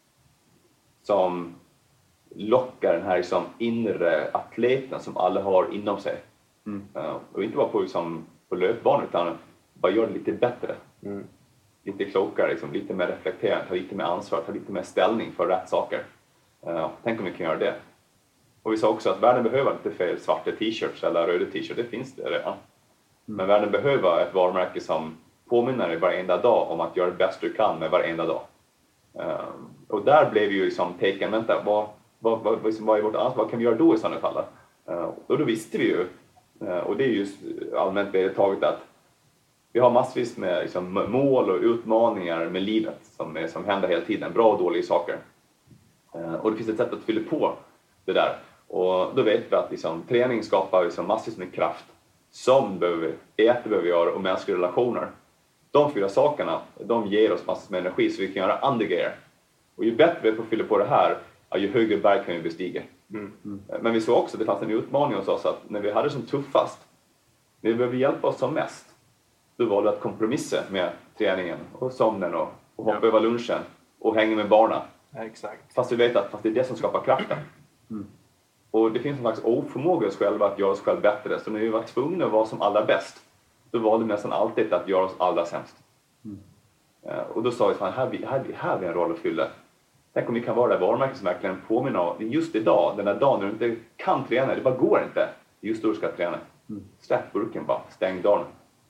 som lockar den här liksom inre atleten som alla har inom sig. Mm. Och inte bara på, liksom, på löpbanan, utan bara gör det lite bättre. Mm. Lite klokare, liksom, lite mer reflekterande, ta lite mer ansvar, ta lite mer ställning för rätt saker. Uh, tänk om vi kan göra det. Och vi sa också att världen behöver inte fel svarta t-shirts eller röda t-shirts, det finns det redan. Mm. Men världen behöver ett varumärke som påminner dig varenda dag om att göra det bästa du kan med varenda dag. Uh, och där blev ju liksom taken, vänta, vad, vad, vad, vad är vårt ansvar, vad kan vi göra då i sådana fall? Uh, och då visste vi ju, uh, och det är ju allmänt vedertaget att vi har massvis med liksom, mål och utmaningar med livet som, är, som händer hela tiden, bra och dåliga saker. Uh, och det finns ett sätt att fylla på det där. Och då vet vi att liksom, träning skapar liksom, massvis med kraft. Som behöver vi, äta behöver vi göra och mänskliga relationer. De fyra sakerna, de ger oss massvis med energi så vi kan göra andra grejer. Och ju bättre vi är på att fylla på det här, ja, ju högre berg kan vi bestiga. Mm. Mm. Men vi såg också att det fanns en utmaning hos oss att när vi hade som tuffast, när vi behövde hjälpa oss som mest, då valde vi att kompromissa med träningen och sömnen och, och hoppa ja. över lunchen och hänga med barnen. Ja, exakt. Fast vi vet att fast det är det som skapar kraften. Mm. Och det finns en slags oförmåga hos själva att göra oss själva bättre. Så när vi var tvungna att vara som allra bäst, då valde vi nästan alltid att göra oss allra sämst. Mm. Uh, och då sa vi att här, här, här, här har vi en roll att fylla. Tänk om vi kan vara det varumärket som verkligen påminner om just idag, den där dagen när du inte kan träna, det bara går inte. Just då du ska träna. Mm. Släpp burken bara, stäng dörren.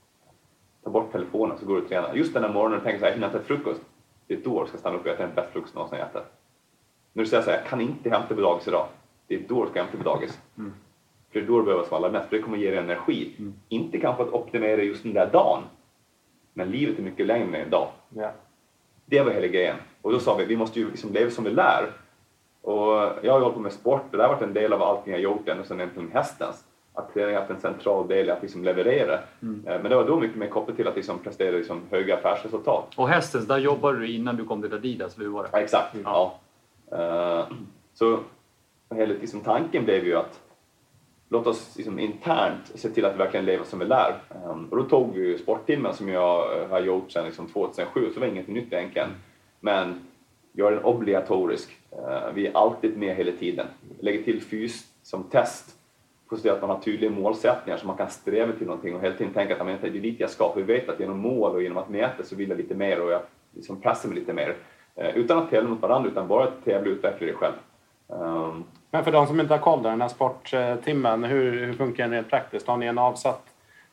Ta bort telefonen så går du och träna. Just den där morgonen du tänker så här, jag hinner äta frukost. Det är då du ska stanna upp och äta den bästa frukost någonsin jag äter. När du säger så här, jag kan inte hämta på dagis idag. Det är då du ska hämta på dagis. Mm. För det är då du behöver svalla mest, för det kommer ge dig energi. Mm. Inte kanske att optimera just den där dagen. Men livet är mycket längre än en dag. Yeah. Det var hela grejen. Och då sa vi, vi måste ju liksom leva som vi lär. Och jag har hållit på med sport och det har varit en del av allting jag gjort ända sedan egentligen hästens. Att träning har haft en central del i att liksom leverera. Mm. Men det var då mycket mer kopplat till att liksom prestera liksom höga affärsresultat. Och hästens, där jobbade du innan du kom till Adidas, eller hur var det? Ja, exakt, mm. ja. Uh, så hela liksom, tanken blev ju att låt oss liksom, internt se till att vi verkligen lever som vi lär. Um, och då tog vi ju sporttimmen som jag har gjort sedan liksom, tjugohundrasju, så det var inget nytt egentligen. Men gör den obligatorisk. Uh, vi är alltid med hela tiden. Lägger till fys som test. För att se att man har tydliga målsättningar så man kan sträva till någonting och hela tiden tänka att det är dit jag ska. Vi vet att genom mål och genom att mäta så vill jag lite mer och jag liksom pressar mig lite mer. Uh, utan att tävla mot varandra, utan bara att tävla och utveckla det själv. Um, Men för de som inte har koll där, den här sporttimmen, hur, hur funkar den rent praktiskt? Har ni en avsatt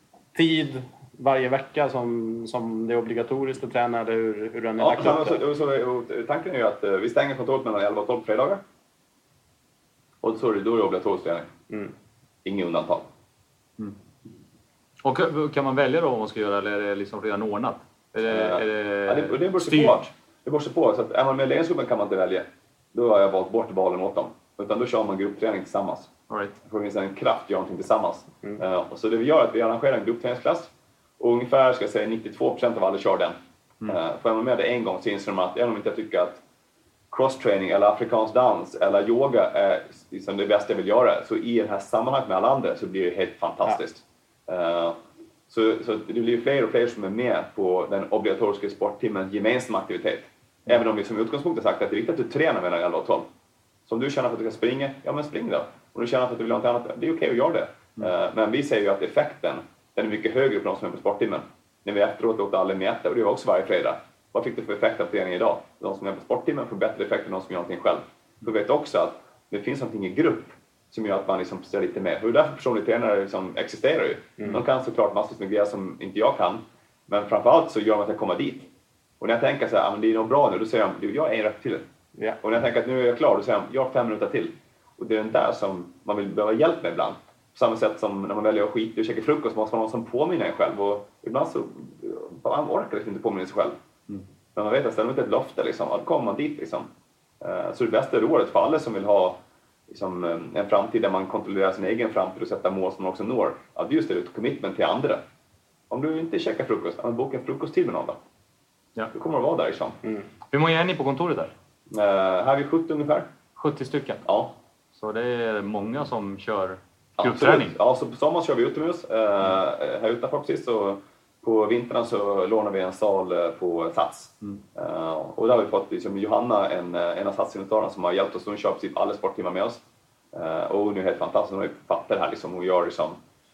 tid varje vecka som, som det är obligatoriskt att träna? Eller hur, hur den är ja, lagt upp? Så, så, så, tanken är ju att vi stänger kontoret mellan elva och tolv på fredagar. Och så är det, då är det obligatorisk träning. Mm. Inga undantag. Mm. Och kan man välja då vad man ska göra, eller är det liksom redan ordnat? Är det, är det, ja, det, det beror på. Det beror på. Så att är man med i ledningsgruppen kan man inte välja. Då har jag valt bort valen åt dem. Utan då kör man gruppträning tillsammans. All right. För det finns en kraft att göra någonting tillsammans. Mm. Uh, och så det vi gör är att vi arrangerar en gruppträningsklass. Och ungefär, ska jag säga, nittiotvå procent av alla kör den. Mm. Uh, får man med det en gång så inser man att även om inte jag tycker att crosstraining eller afrikansk dans eller yoga är liksom det bästa jag vill göra. Så i det här sammanhanget med alla andra så blir det helt fantastiskt. Ja. Uh, så, så det blir fler och fler som är med på den obligatoriska sporttimmens gemensamma aktivitet. Mm. Även om vi som utgångspunkt har sagt att det är viktigt att du tränar mellan elva och tolv. Så om du känner för att du ska springa, ja men spring då. Om du känner för att du vill ha något annat, det är okej okay att göra det. Mm. Men vi säger ju att effekten, den är mycket högre på de som är på sporttimmen. När vi efteråt låter alla mäta, och det är också varje fredag. Vad fick du för effekt av träning idag? De som är på sporttimmen får bättre effekt än de som gör någonting själv. Du vet också att det finns någonting i grupp som gör att man liksom ser lite mer. Och därför personliga tränare liksom existerar ju. Mm. De kan såklart massor med grejer som inte jag kan. Men framförallt så gör de att jag kommer dit. Och när jag tänker så här, men det är nog bra nu, då säger de, jag är en rätt till. Yeah. Och när jag tänker att nu är jag klar, då säger de, jag har fem minuter till. Och det är den där som man vill behöva hjälp med ibland. På samma sätt som när man väljer att skita och käka frukost måste man ha någon som påminner en själv. Och ibland så man orkar liksom inte påminna sig själv. Mm. Men man vet att ställer man inte ett löfte, liksom, då kommer man dit. Liksom. Så det bästa rådet för alla som vill ha liksom, en framtid där man kontrollerar sin egen framtid och sätter mål som man också når. Ja, det är just det, ett commitment till andra. Om du inte käkar frukost, ja, boka en frukost till med någon då. Ja. Du kommer att vara där liksom. Mm. Hur många är ni på kontoret där? Uh, här är vi sjuttio ungefär. sjuttio stycken? Ja. Så det är många som kör gruppträning? Ja, så på sommaren kör vi utomhus. Uh, mm. Här utanför precis så på vintern så lånar vi en sal på Sats. Mm. Uh, och där har vi fått liksom, Johanna, en, en av Sats-inventarierna som har hjälpt oss att köpa typ alla sporttimmar med oss. Uh, och hon är helt fantastisk, hon har ju papper här liksom, och gör liksom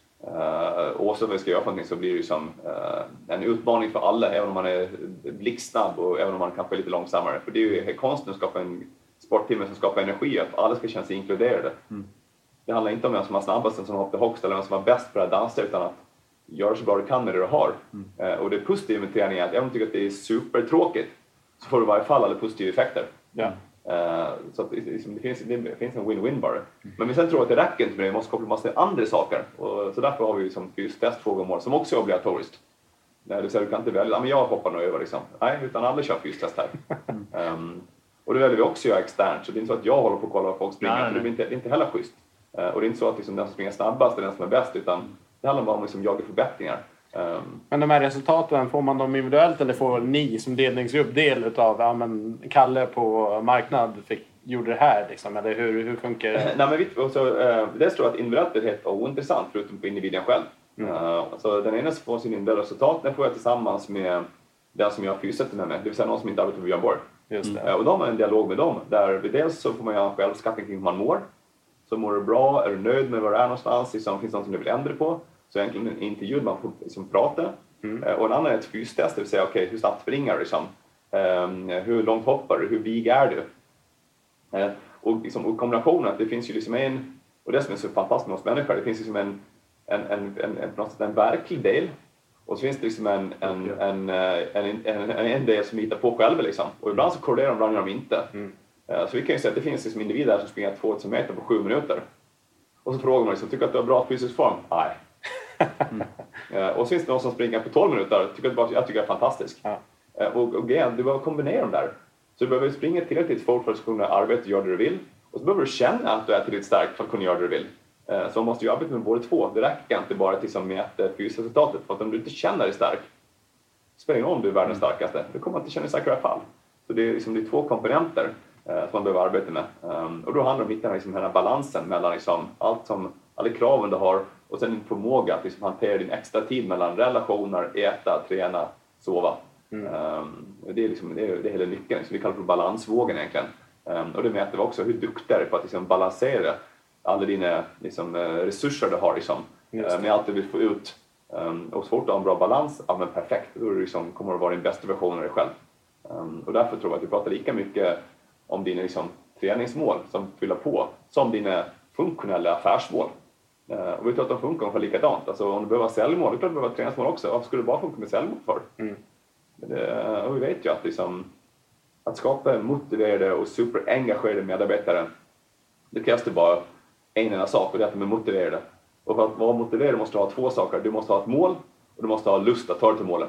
uh, och så vad vi ska göra för någonting så blir det liksom, uh, en utmaning för alla, även om man är blixtsnabb och även om man kanske är lite långsammare. För det är ju konsten att skapa en sporttimme som skapar energi, att alla ska känna sig inkluderade. Mm. Det handlar inte om vem som har snabbast, som hoppar högst eller vem som var bäst på det här dansa, utan att göra så bra du kan med det du har. Mm. Uh, och det positiva med träning är att även om du tycker att det är supertråkigt så får du i varje fall alla positiva effekter. Ja. Uh, så att det, det, finns, det finns en win-win bara. Mm. Men vi sen tror att det räcker inte med det, vi måste koppla massa andra saker. Och så därför har vi liksom fystest två gånger om året som också är obligatoriskt. Nej, du säger du kan inte välja, men jag hoppar nog över liksom. Nej, utan alla kör fystest här. Mm. Um, och det väljer vi också göra externt, så det är inte så att jag håller på att kolla vad folk springer, nej, för det är inte, det är inte heller schysst. Uh, och det är inte så att liksom, den som springer snabbast är den som är bäst, utan det handlar bara om att liksom, jaga förbättringar. Um, men de här resultaten, får man dem individuellt eller får ni som ledningsgrupp del utav, ja men Kalle på marknad fick, gjorde det här liksom, eller hur, hur funkar det? Uh, nej men vi, så, uh, det står att individuellt är helt ointressant förutom på individen själv. Mm. Uh, så den ena som får sin individuella resultat, den får jag tillsammans med den som jag fyssätter med mig, det vill säga någon som inte arbetar på Björn Borg. Just det. Uh, och då har man en dialog med dem, där dels så får man göra en självskattning kring hur man mår. Så mår du bra, är du nöjd med var du är någonstans, liksom, finns det något som du vill ändra på? Så egentligen en intervju man får liksom prata. Mm. Och en annan är ett fystest, det vill säga okej, okay, hur snabbt springer du? Liksom? Um, hur långt hoppar du? Hur vig är du? Uh, och, liksom, och kombinationen, att det finns ju liksom en, och det som är så fantastiskt med oss människor, det finns liksom en, en, en, en, en, en, en verklig del. Och så finns det liksom en, en, en, en, en, en, en del som vi hittar på själva. Liksom. Och ibland så korrelerar de, ibland gör de inte. Mm. Uh, så vi kan ju säga att det finns liksom individer som springer tvåtusen meter på sju minuter. Och så frågar man liksom, tycker att du har bra fysisk form? Nej. Mm. Uh, och så finns det någon som springer på tolv minuter, tycker att jag tycker det är fantastiskt. Ja. Uh, och, och igen, du behöver kombinera dem där. Så du behöver springa tillräckligt fort för att kunna arbeta och göra det du vill. Och så behöver du känna att du är tillräckligt stark för att kunna göra det du vill. Uh, så man måste ju arbeta med båda två. Det räcker inte bara till att mäta fysresultatet. För att om du inte känner dig stark, spelar ingen roll om du är världens starkaste. Du kommer inte känna dig stark i alla fall. Så det är, liksom, det är två komponenter uh, som man behöver arbeta med. Um, och då handlar det om att hitta liksom, den här balansen mellan liksom, allt som, alla kraven du har och sen din förmåga att liksom, hantera din extra tid mellan relationer, äta, träna, sova. Mm. Um, det, är liksom, det, är, det är hela nyckeln, liksom, vi kallar det för balansvågen egentligen. Um, och det mäter vi också hur duktig är du på att liksom, balansera alla dina liksom, resurser du har liksom, med allt du vill få ut. Um, och så fort du har en bra balans, ja men perfekt, då är du liksom, kommer du vara din bästa version av dig själv. Um, och därför tror jag att vi pratar lika mycket om dina liksom, träningsmål som fyller på, som dina funktionella affärsmål. Uh, och vi tror att de funkar ungefär likadant. Alltså om du behöver säljmål, det är klart du behöver träningsmål också. Varför skulle du bara funka med säljmål för? Mm. Det, och vi vet ju att, liksom, att skapa motiverade och superengagerade medarbetare, det krävs det bara en enda sak, och det är att de är motiverade. Och för att vara motiverad måste du ha två saker. Du måste ha ett mål och du måste ha lust att ta dig till målet.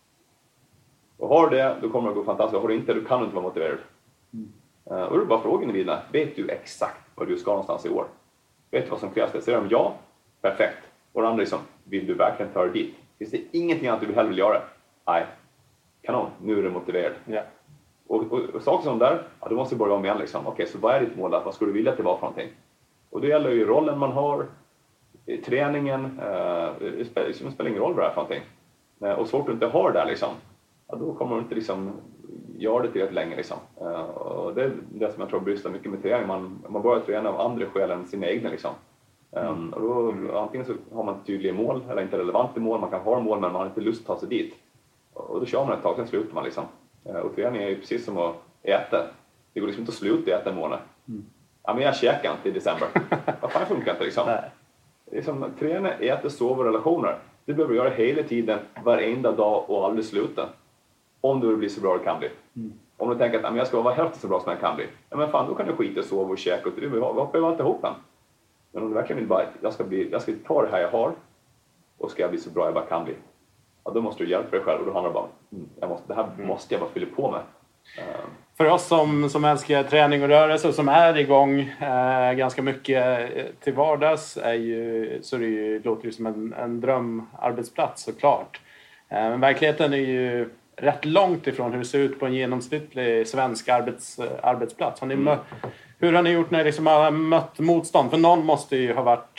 Och har du det, då kommer det gå fantastiskt. Har du inte, du kan inte vara motiverad. Mm. Uh, och då är bara frågan i vidare. Vet du exakt vad du ska någonstans i år? Vet du vad som krävs? Det säger de ja, perfekt. Och det andra är som, vill du verkligen ta dig dit? Finns det ingenting annat du hellre vill göra? Nej, kanon, nu är du motiverad. Yeah. Och, och, och saker som där, ja, då måste du börja om igen liksom. Okej, okay, så vad är ditt mål där? Vad skulle du vilja att det var för någonting? Och det gäller ju rollen man har, träningen, uh, det spelar, det spelar ingen roll vad det är för någonting. Uh, och så fort du inte har det där liksom, ja, då kommer du inte liksom göra det tillräckligt länge liksom. Uh, och det är det som jag tror brystar mycket med träning. Man, man börjar träna av andra skäl än sina egna liksom. Um, och då, mm. antingen så har man tydliga mål eller inte relevanta mål. Man kan ha mål men man har inte lust att ta sig dit. Och då kör man ett tag, sen slutar man liksom. Uh, och träning är ju precis som att äta. Det går liksom inte att sluta äta en månad. Mm. Ja, men jag käkar inte i december. Vad fan funkar inte liksom? Nej. Det är som träna, äta, sova, relationer. Det behöver du göra hela tiden, varenda dag och aldrig sluta. Om du vill bli så bra du kan bli. Mm. Om du tänker att ja, jag ska vara hälften så bra som jag kan bli. Ja, men fan, då kan du skita och sova och käka. Och du behöver alltihop. Men om du verkligen vill bara, jag ska, bli, jag ska ta det här jag har. Och ska jag bli så bra jag bara kan bli. Ja, då måste du hjälpa dig själv. Och då handlar det bara, mm, jag måste, det här mm. måste jag bara fylla på med. Uh, För oss som, som älskar träning och rörelse och som är igång eh, ganska mycket till vardags är ju, så det ju, låter det som en, en drömarbetsplats såklart. Eh, men verkligheten är ju rätt långt ifrån hur det ser ut på en genomsnittlig svensk arbets, arbetsplats. Har ni mm. mött, hur har ni gjort när ni liksom har mött motstånd? För någon måste ju ha varit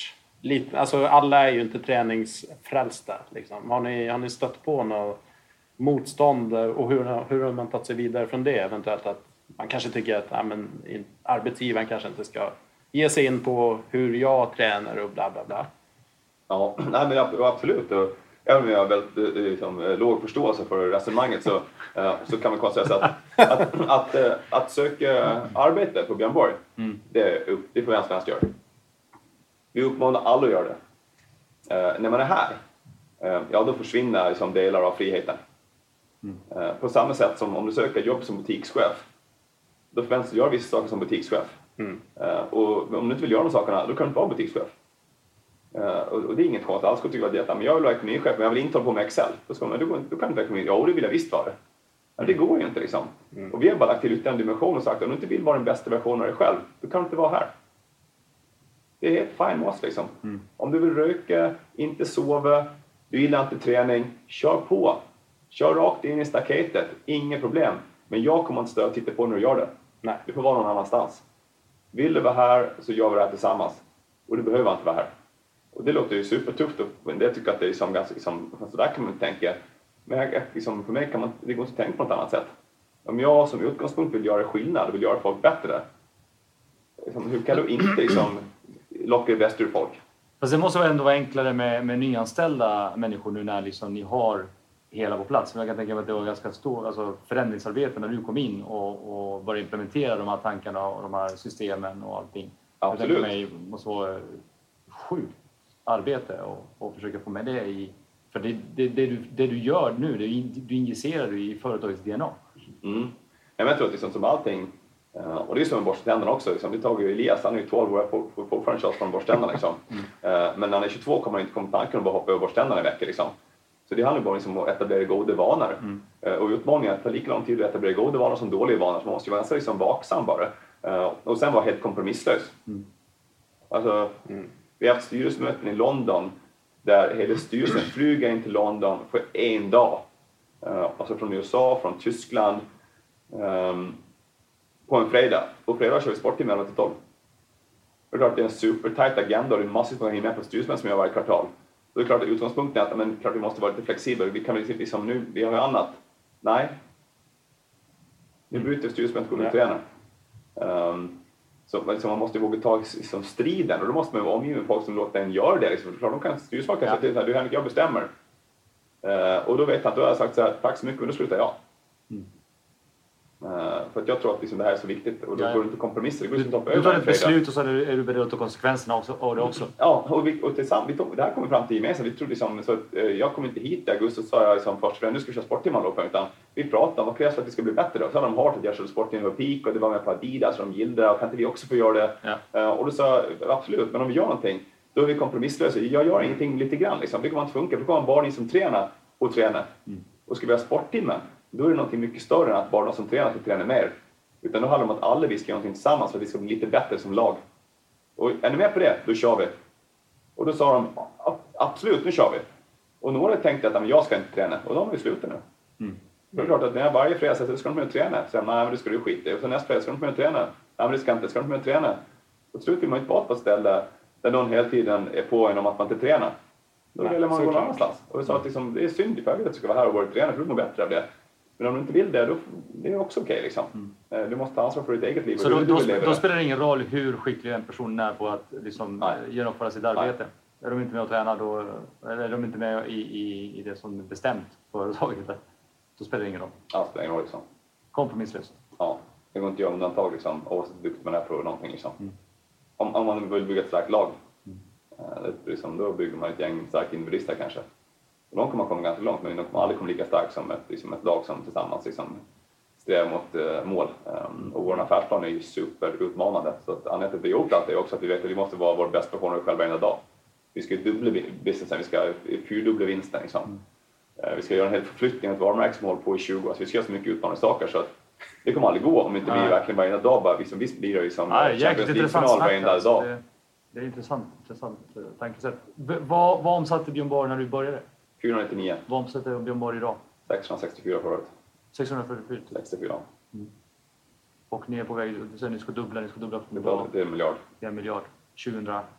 lite, alltså alla är ju inte träningsfrälsta. Liksom. Har, ni, har ni stött på något motstånd och hur, hur har man tagit sig vidare från det? Eventuellt att man kanske tycker att ja, men, arbetsgivaren kanske inte ska ge sig in på hur jag tränar och bla bla bla. Ja, nej, men absolut. Och även om jag har väldigt liksom, låg förståelse för resonemanget så, så kan man konstatera att, att, att, att, att söka arbete på Björn Borg, mm. det, det får vem som helst göra. Vi uppmanar alla att göra det. Uh, när man är här, uh, ja då försvinner liksom, delar av friheten. Mm. Uh, på samma sätt som om du söker jobb som butikschef, då förväntas du göra vissa saker som butikschef. Mm. Uh, och om du inte vill göra de sakerna, då kan du inte vara butikschef. Uh, och, och det är inget konstigt. Alla skulle tycka att men jag vill vara ekonomichef, men jag vill inte hålla på med Excel. Då, ska man, då, då kan du inte vara ekonomi. Ja, det vill jag visst vara det. Men det går ju inte liksom. Mm. Och vi har bara lagt till ytterligare en dimension och sagt att om du inte vill vara den bästa versionen av dig själv, då kan du inte vara här. Det är helt fine med oss liksom. Mm. Om du vill röka, inte sova, du gillar inte träning, kör på. Kör rakt in i staketet, inget problem. Men jag kommer inte stå och titta på när du gör det. Nej. Du får vara någon annanstans. Vill du vara här så gör vi det här tillsammans. Och du behöver inte vara här. Och det låter ju supertufft. Och det tycker jag att det är liksom ganska, liksom, så där kan man tänka. Men jag, liksom, för mig kan man, det går inte att tänka på något annat sätt. Om jag som utgångspunkt vill göra skillnad och vill göra folk bättre. Liksom, hur kan du inte liksom locka bäst ur folk? Fast det måste ändå vara enklare med, med nyanställda människor nu när liksom ni har hela på plats. Men jag kan tänka mig att det var ganska stort alltså förändringsarbete när du kom in och, och började implementera de här tankarna och de här systemen och allting. Absolut. Jag tänker mig det måste vara sjukt arbete och, och försöka få med det i... För det, det, det, du, det du gör nu, det du injicerar du i företagets D N A. Mm. Jag tror att liksom, som allting, och det är som en borständarna också, liksom, det tog ju Elias, han är ju tolv år, jag får fortfarande köra från borständarna liksom. Mm. Men när han är tjugotvå kommer han inte komma på tanken att bara hoppa över borständarna i veckor liksom. Så det handlar bara liksom om att etablera goda vanor. Mm. Och utmaningen är att ta lika lång tid att etablera goda vanor som dåliga vanor, så man måste ju vara ganska liksom vaksam bara. Och sen vara helt kompromisslös. Mm. Alltså, mm. vi har haft styrelsemöten i London där hela styrelsen flyger in till London för en dag. Uh, alltså från U S A, från Tyskland. Um, på en fredag. Och fredag kör vi sportteam elva till tolv. Det är klart det är en supertight agenda och det är massivt som är med på styrelsen som gör varje kvartal. Så det är klart att utgångspunkten är att men, klart vi måste vara lite flexibla. Vi kan liksom nu, vi har ju annat. Nej. Nu bryter styrelsen och tränar. Um, Så liksom, man måste våga ta liksom, striden och då måste man vara omgiven med folk som låter en göra det. Liksom. För de kan styrelsefolk kan säga till att du Henrik, jag bestämmer. Uh, och då vet han att då har jag sagt så här, tack så mycket och då slutar jag. Mm. Uh, för att jag tror att liksom, det här är så viktigt och då ja, ja. går det inte kompromisser. Det går inte att du tar ett beslut och så är du, är du beredd att ta konsekvenserna också, av det också. Ja, och, vi, och tillsammans, vi tog, det här kommer fram till gemensamt. Vi trodde liksom, så att, uh, jag kom inte hit i augusti och sa jag liksom, först för nu ska vi köra sporttimmar då, utan vi pratade om vad krävs för att det ska bli bättre då. Så hade de hört att jag körde sporttimmar på peak och det var med på Adidas och de gillade och kan inte vi också få göra det? Ja. Uh, och då sa jag, absolut, men om vi gör någonting då är vi kompromisslösa. Jag gör ingenting lite grann liksom. Det kommer inte funka, för det kommer bara ni som tränar och tränar. Mm. Och ska vi ha sporttimmen, då är det någonting mycket större än att bara de som tränar ska träna mer. Utan då handlar det om att alla vi ska göra någonting tillsammans för att vi ska bli lite bättre som lag. Och är ni med på det, då kör vi. Och då sa de, absolut, nu kör vi. Och några tänkte att men jag ska inte träna. Och de har ju slutat nu. Mm. Det är klart att när jag varje fredag säger ska de med och träna. Så jag, nej men det ska du skita i. Och så nästa fredag ska de med och träna. Nej men det ska inte, ska de med och träna. Och till slut vill man inte vara på ett ställe där någon hela tiden är på en om att man inte tränar. Då väljer man att gå någon annanstans. Och jag sa att liksom, det är synd, för jag vill att du ska vara här och vara träna, för du mår bättre av det. Men om du inte vill det, då det är också okej okay, liksom. Mm. Du måste ta ansvar för ditt eget liv. Så då, då, då spelar det ingen roll hur skicklig en person är på att liksom, genomföra sitt arbete? Nej. Är de inte med och tränar, då är de inte med i, i, i det som är bestämt företaget. Då spelar det ingen roll. Ja, det spelar ingen roll liksom. Kompromisslöst. Ja, det går inte att göra undantag liksom, oavsett hur duktig man är på någonting liksom. Mm. Om, om man vill bygga ett starkt lag, mm. det, liksom, då bygger man ett gäng starka individister kanske. Och de kommer komma ganska långt, men de kommer aldrig komma lika starkt som ett, liksom ett lag som tillsammans liksom, strävar mot uh, mål. Um, och vår affärsplan är ju superutmanande. Så att anledningen till att vi har gjort allt är också att vi vet att vi måste vara vår bästa version själva varje dag. Vi ska dubbla businessen, vi ska fyrdubbla vinsten. Liksom. Mm. Uh, vi ska göra en hel förflyttning av ett varumärke som håller på i tjugo år. Alltså, vi ska göra så mycket utmanande saker så att det kommer aldrig gå om inte vi verkligen varje dag bara, liksom, visst blir det liksom Champions League-final varje dag. Alltså. Det, det är intressant, intressant tankesätt. V- vad, vad omsatte Björn Borg när du började? fyrahundranittionio. Vad omsätter Björn Borg idag? sexhundrasextiofyra förra året. sexhundrafyrtiofyra? sextiofyra. Mm. Och ni är på väg, du säger ni ska dubbla, ni ska dubbla. Det, var, det är en miljard. Det är en miljard. tjugohundra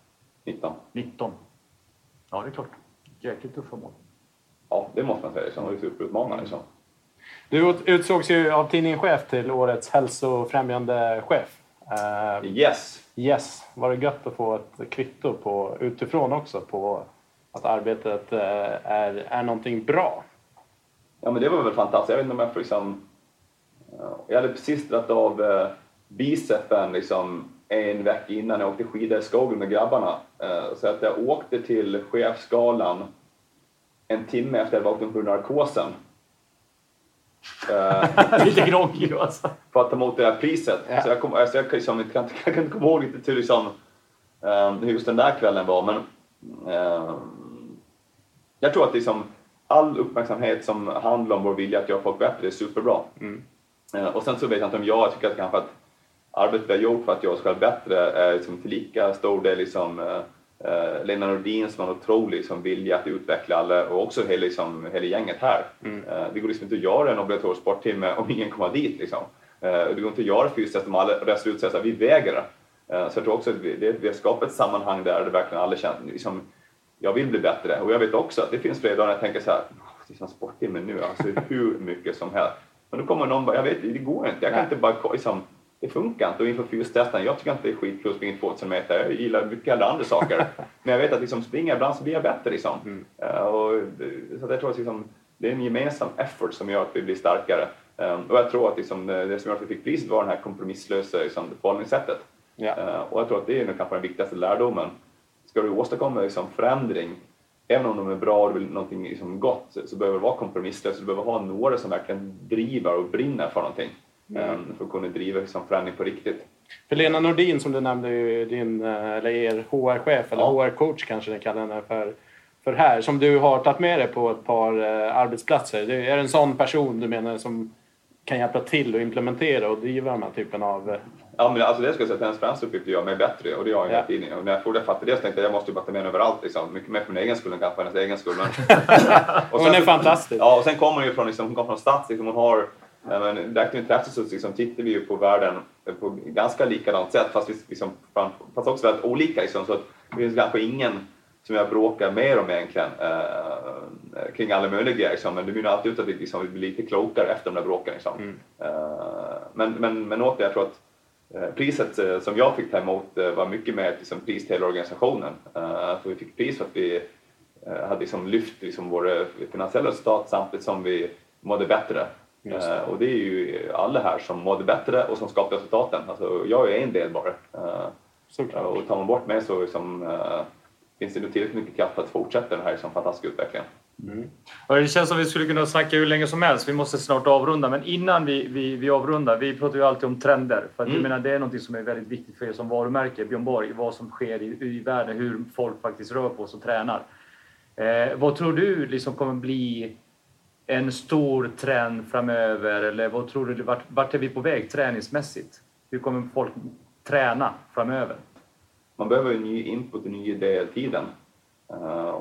nitton. nitton. Ja, det är klart. Jäkligt tuffa mål. Ja, det måste man säga. Det var ju superutmanande. Liksom. Du utsågs ju av tidningen Chef till årets hälsofrämjande chef. Uh, yes. Yes. Var det gött att få ett kvitto på, utifrån också på att arbetet uh, är, är någonting bra? Ja, men det var väl fantastiskt. Jag vet inte om jag får liksom... Uh, jag hade precis dragit av uh, bicepen liksom en vecka innan jag åkte skidor i skogen med grabbarna. Uh, så att jag åkte till chefsgalan en timme efter att jag vaknat upp ur narkosen. Uh, Lite grångig alltså. För att ta emot det här priset. Ja. Så jag, kom, alltså jag, liksom, jag, kan, jag kan inte komma ihåg lite hur, liksom, um, hur just den där kvällen var. Men um, jag tror att liksom, all uppmärksamhet som handlar om vår vilja att göra folk bättre är superbra. Mm. Uh, och sen så vet jag inte om jag, jag tycker att kanske att arbetet vi har gjort för att göra oss själva bättre är liksom, till lika stor del liksom, uh, Uh, Lena Nordin som har en otrolig liksom, vilja att utveckla alla och också hela, liksom, hela gänget här. Mm. Uh, det går liksom inte att göra en obligatorisk sporttimme om ingen kommer dit. Liksom. Uh, det går inte att göra fysiskt om alla röstar ut sig att vi väger det. Uh, så jag tror också att vi, det, vi har skapat ett sammanhang där det verkligen alla känner liksom, jag vill bli bättre. Och jag vet också att det finns flera dagar när jag tänker så här, det är en sporttimme nu, alltså hur mycket som helst. Men då kommer någon bara, jag vet, det går inte. Jag kan Nej. inte bara liksom, det funkar inte. Och inför fystesten, jag tycker inte det är skit att springa tvåtusen meter. Jag gillar mycket alla andra saker. Men jag vet att liksom springa ibland så blir jag bättre. Liksom. Mm. Uh, och, så jag tror att liksom, det är en gemensam effort som gör att vi blir starkare. Um, och jag tror att liksom, det som gör att vi fick priset var det här kompromisslösa liksom, förhållningssättet. Yeah. Uh, och jag tror att det är nog kanske den viktigaste lärdomen. Ska du åstadkomma liksom, förändring, även om de är bra och du vill någonting liksom, gott, så behöver det vara kompromisslöst. Du behöver ha några som verkligen driver och brinner för någonting. Mm. För att kunna driva liksom förändring på riktigt. För Lena Nordin som du nämnde är din, eller er H R-chef eller ja. H R-coach kanske ni kallar henne för, för här. Som du har tagit med dig på ett par uh, arbetsplatser. Det är en sån person du menar som kan hjälpa till och implementera och driva den här typen av... Uh... Ja, men alltså det ska jag säga att hennes främsta uppgift är att göra mig bättre och det gör jag hela tiden. Och när jag trodde jag fattade det så tänkte jag att jag måste ju bara ta med henne överallt liksom. Mycket mer för min egen skull än kanske för hennes egen skull. Men... och sen, hon är fantastisk. Ja, och sen kommer hon ju från, liksom, hon kommer från Stats, liksom, hon har... Men direkt intresse så liksom, tittar vi ju på världen på ganska likadant sätt fast, vi, liksom, fast också väldigt olika. Liksom, så att det finns kanske ingen som jag bråkar mer om egentligen eh, kring alla möjliga grejer. Liksom. Men det blir alltid ut att vi, liksom, vi blir lite klokare efter de där bråken. Liksom. Mm. Eh, men, men, men åter, jag tror att eh, priset eh, som jag fick ta emot eh, var mycket mer liksom, pris till hela organisationen. Eh, för vi fick pris för att vi eh, hade liksom, lyft liksom, våra finansiella resultat samtidigt som vi mådde bättre. Uh, och det är ju alla här som mådde bättre och som skapade resultaten. Alltså, jag är en del bara. Uh, och tar man bort mig så liksom, uh, finns det nog tillräckligt mycket kraft att fortsätta den här liksom, fantastiska utvecklingen. Mm. Och det känns som vi skulle kunna snacka hur länge som helst. Vi måste snart avrunda. Men innan vi, vi, vi avrundar, vi pratar ju alltid om trender. För att mm. jag menar, det är något som är väldigt viktigt för er som varumärke, Björn Borg. Vad som sker i, i världen, hur folk faktiskt rör på sig och tränar. Uh, vad tror du liksom kommer bli en stor trend framöver eller vad tror du, vart, vart är vi på väg träningsmässigt? Hur kommer folk träna framöver? Man behöver en ny input, en ny idé hela tiden. Uh, uh,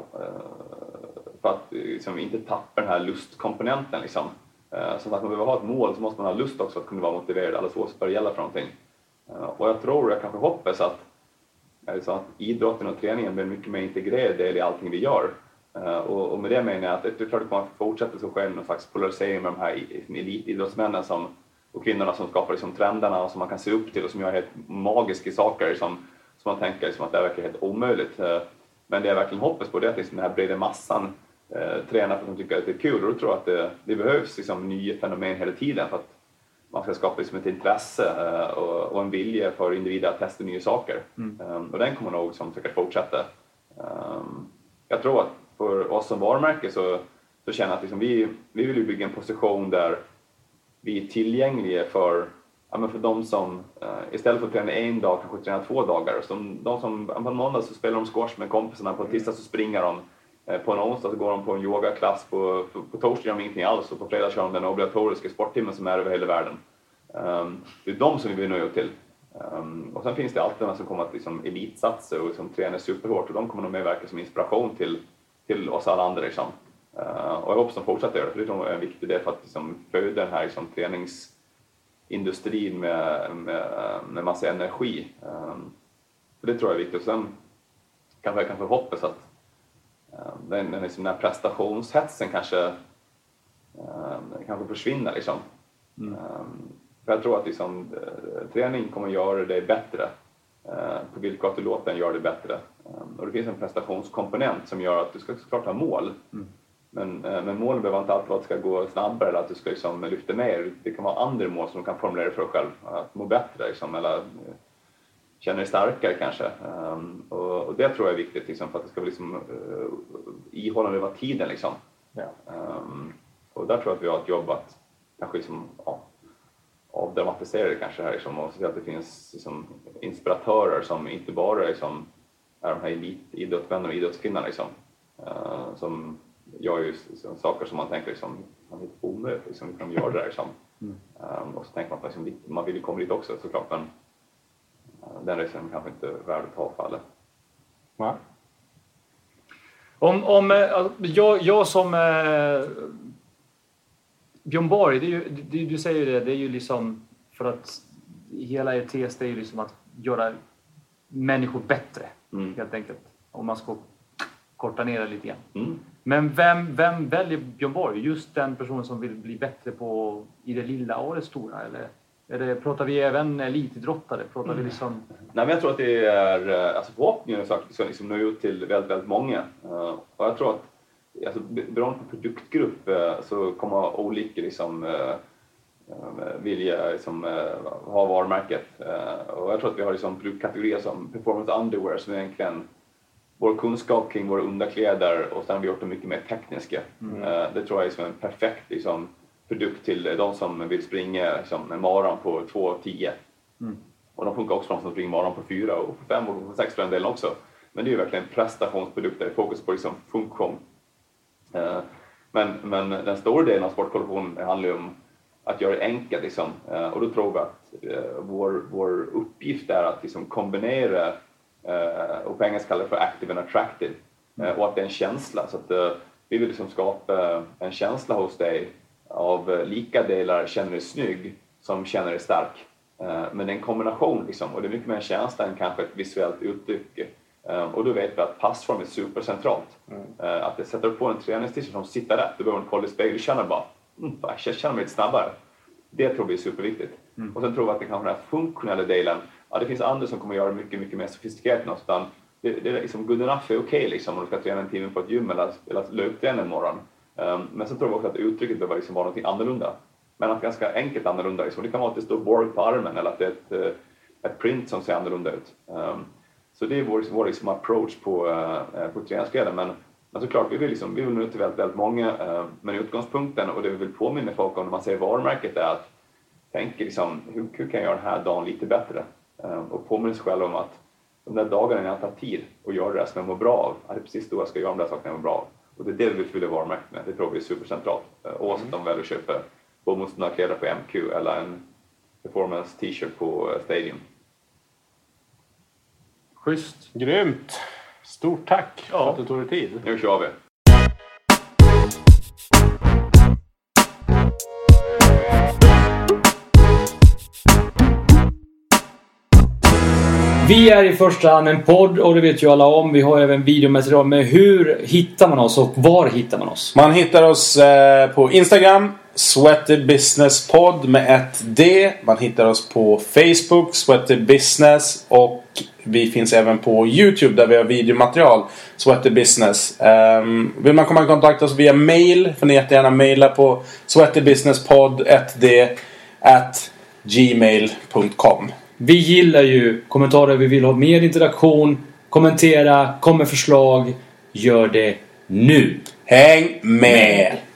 för att liksom, inte tappa den här lustkomponenten. Liksom. Uh, som att man behöver ha ett mål så måste man ha lust också att kunna vara motiverad. Alldeles oavsett vad det gäller för någonting. Uh, och jag tror, jag kanske hoppas att, alltså, att idrotten och träningen blir mycket mer integrerad del i allting vi gör. Uh, och, och med det menar jag att det är klart att man fortsätter så sker någon slags polarisering med de här elitidrottsmännen som, och kvinnorna som skapar liksom, trenderna och som man kan se upp till och som gör helt magiska saker som, som man tänker liksom, att det verkar helt omöjligt. Uh, men det jag verkligen hoppas på det är att liksom, den här breda massan uh, tränar för att de tycker att det är kul och då tror jag att det, det behövs liksom, nya fenomen hela tiden för att man ska skapa liksom, ett intresse uh, och, och en vilja för individer att testa nya saker. Mm. Um, och den kommer nog liksom, säkert fortsätta. Um, jag tror att för oss som varumärke så, så känner jag att liksom vi, vi vill bygga en position där vi är tillgängliga för, ja, men för de som uh, istället för att träna en dag kanske träna två dagar. Som, de som på en måndag så spelar de squash med kompisarna, på tisdag så springer de, uh, på en onsdag så går de på en yogaklass, på, på, på torsdag gör de ingenting alls och på fredag kör de den obligatoriska sporttimmen som är över hela världen. Um, det är de som vi vill nå ut till. Um, och sen finns det alltid de som kommer att liksom, elitsatsa och liksom, träna superhårt och de kommer att medverka som inspiration till till oss alla andra liksom. Uh, och jag hoppas de fortsätter göra det, för det tror jag är en viktig del för att liksom, föda den här liksom, träningsindustrin med, med, med massa energi. Um, för det tror jag är viktigt. Och sen kan jag kanske hoppas att uh, den, den, liksom, den här prestationshetsen kanske, uh, kanske försvinner liksom. Mm. Um, för jag tror att liksom, uh, träning kommer att göra det bättre. Uh, på villkor att du låter den göra det bättre. Um, och det finns en prestationskomponent som gör att du ska såklart ha mål. Mm. Men, uh, men målen behöver inte alltid vara att det ska gå snabbare eller att du ska liksom, lyfta mer. Det kan vara andra mål som du kan formulera för dig själv. Att må bättre liksom, eller uh, känna dig starkare kanske. Um, och, och det tror jag är viktigt liksom, för att det ska vara liksom, uh, ihållande över tiden. Liksom. Ja. Um, och där tror jag att vi har ett jobb att kanske liksom, ja, avdramatisera det kanske här liksom, och se att det finns liksom, inspiratörer som inte bara liksom, är de här elitidrottsmännen och idrottskvinnorna liksom, uh, som gör ju liksom, saker som man tänker liksom, man är inte omöjligt liksom, kan de göra det där liksom. Mm. Um, och så tänker man att liksom, man vill ju komma dit också såklart, men uh, den resan kanske inte är värd att ta för alla. Va? Om, om alltså, jag, jag som eh, Björn Borg, det är ju, det, du säger ju det, det är ju liksom för att hela er tes är ju liksom att göra människor bättre, mm. helt enkelt. Om man ska korta ner det lite grann. Mm. Men vem, vem väljer Björn Borg? Just den personen som vill bli bättre på i det lilla och det stora? Eller, eller pratar vi även elitidrottare? Pratar mm. vi liksom... Nej, men jag tror att det är, alltså förhoppningen är faktiskt att liksom nå ut till väldigt, väldigt många. Uh, och jag tror att alltså, beroende på produktgrupp uh, så kommer olika liksom, uh, uh, vilja liksom, uh, ha varumärket. Uh, och jag tror att vi har liksom, produktkategorier som performance underwear som egentligen vår kunskap kring våra underkläder och sen har vi gjort det mycket mer tekniska. Mm. Uh, det tror jag är som en perfekt liksom, produkt till de som vill springa liksom, en maran på två tio. Mm. Och de funkar också för de som springer maran på fyra och på fem och på sex för en del också. Men det är ju verkligen prestationsprodukter, fokus på liksom, funktion. Uh, men, men den stora delen av sportkollektionen handlar ju om att göra det enkelt. Liksom. Uh, och då tror vi att uh, vår, vår uppgift är att liksom, kombinera uh, och på engelska kallar det för active and attractive. Uh, och att det är en känsla. Så att, uh, vi vill liksom, skapa en känsla hos dig av uh, lika delar känner dig snygg som känner dig stark. Uh, men det är en kombination liksom, och det är mycket mer en känsla än kanske ett visuellt uttryck. Uh, och då vet vi att passform är supercentralt. Mm. Uh, att det sätter på en träningstidsel som sitter rätt, du behöver en kolla i spegeln, du känner bara, mm, jag känner mig lite snabbare. Det tror vi är superviktigt. Mm. Och sen tror vi att det kanske den här funktionella delen, ja, det finns andra som kommer göra mycket, mycket mer sofistikerat någonstans. Det, det är liksom good enough är okej okay, liksom, om du ska träna en timme på ett gym eller, eller löpträna en morgon. Um, men sen tror vi också att uttrycket behöver liksom vara något annorlunda. Men att ganska enkelt annorlunda. Liksom. Det kan vara att det står Borg på armen eller att det är ett, ett print som ser annorlunda ut. Um, så det är vår, vår liksom approach på, uh, på träningskläder. Men, men såklart, vi vill, liksom, vi vill nå ut till väldigt, väldigt många. Uh, men utgångspunkten och det vi vill påminna folk om när man ser varumärket är att tänka liksom, hur, hur kan jag göra den här dagen lite bättre? Uh, och påminna sig själv om att de där dagarna när jag tar tid och gör det som jag mår bra av. Att det är precis då jag ska göra de där sakerna jag mår bra av. Och det är det vi vill fylla varumärket med. Det tror vi är supercentralt. Uh, oavsett om vi väljer att köpa bomullstunna kläder på M Q eller en performance t-shirt på uh, Stadium. Schysst. Grymt. Stort tack ja. för att du tog dig tid. Nu kör vi. Vi är i första hand en podd och det vet ju alla om. Vi har även videomaterial. Men hur hittar man oss och var hittar man oss? Man hittar oss eh, på Instagram. Sweaty Business Podd med ett D. Man hittar oss på Facebook, Sweaty Business. Och vi finns även på YouTube där vi har videomaterial, Sweaty Business. um, Vill man komma i kontakt med oss via mail får ni jättegärna mejla på sweatybusinesspodd ett d at gmail dot com. Vi gillar ju kommentarer, vi vill ha mer interaktion. Kommentera, kom med förslag. Gör det nu. Häng med!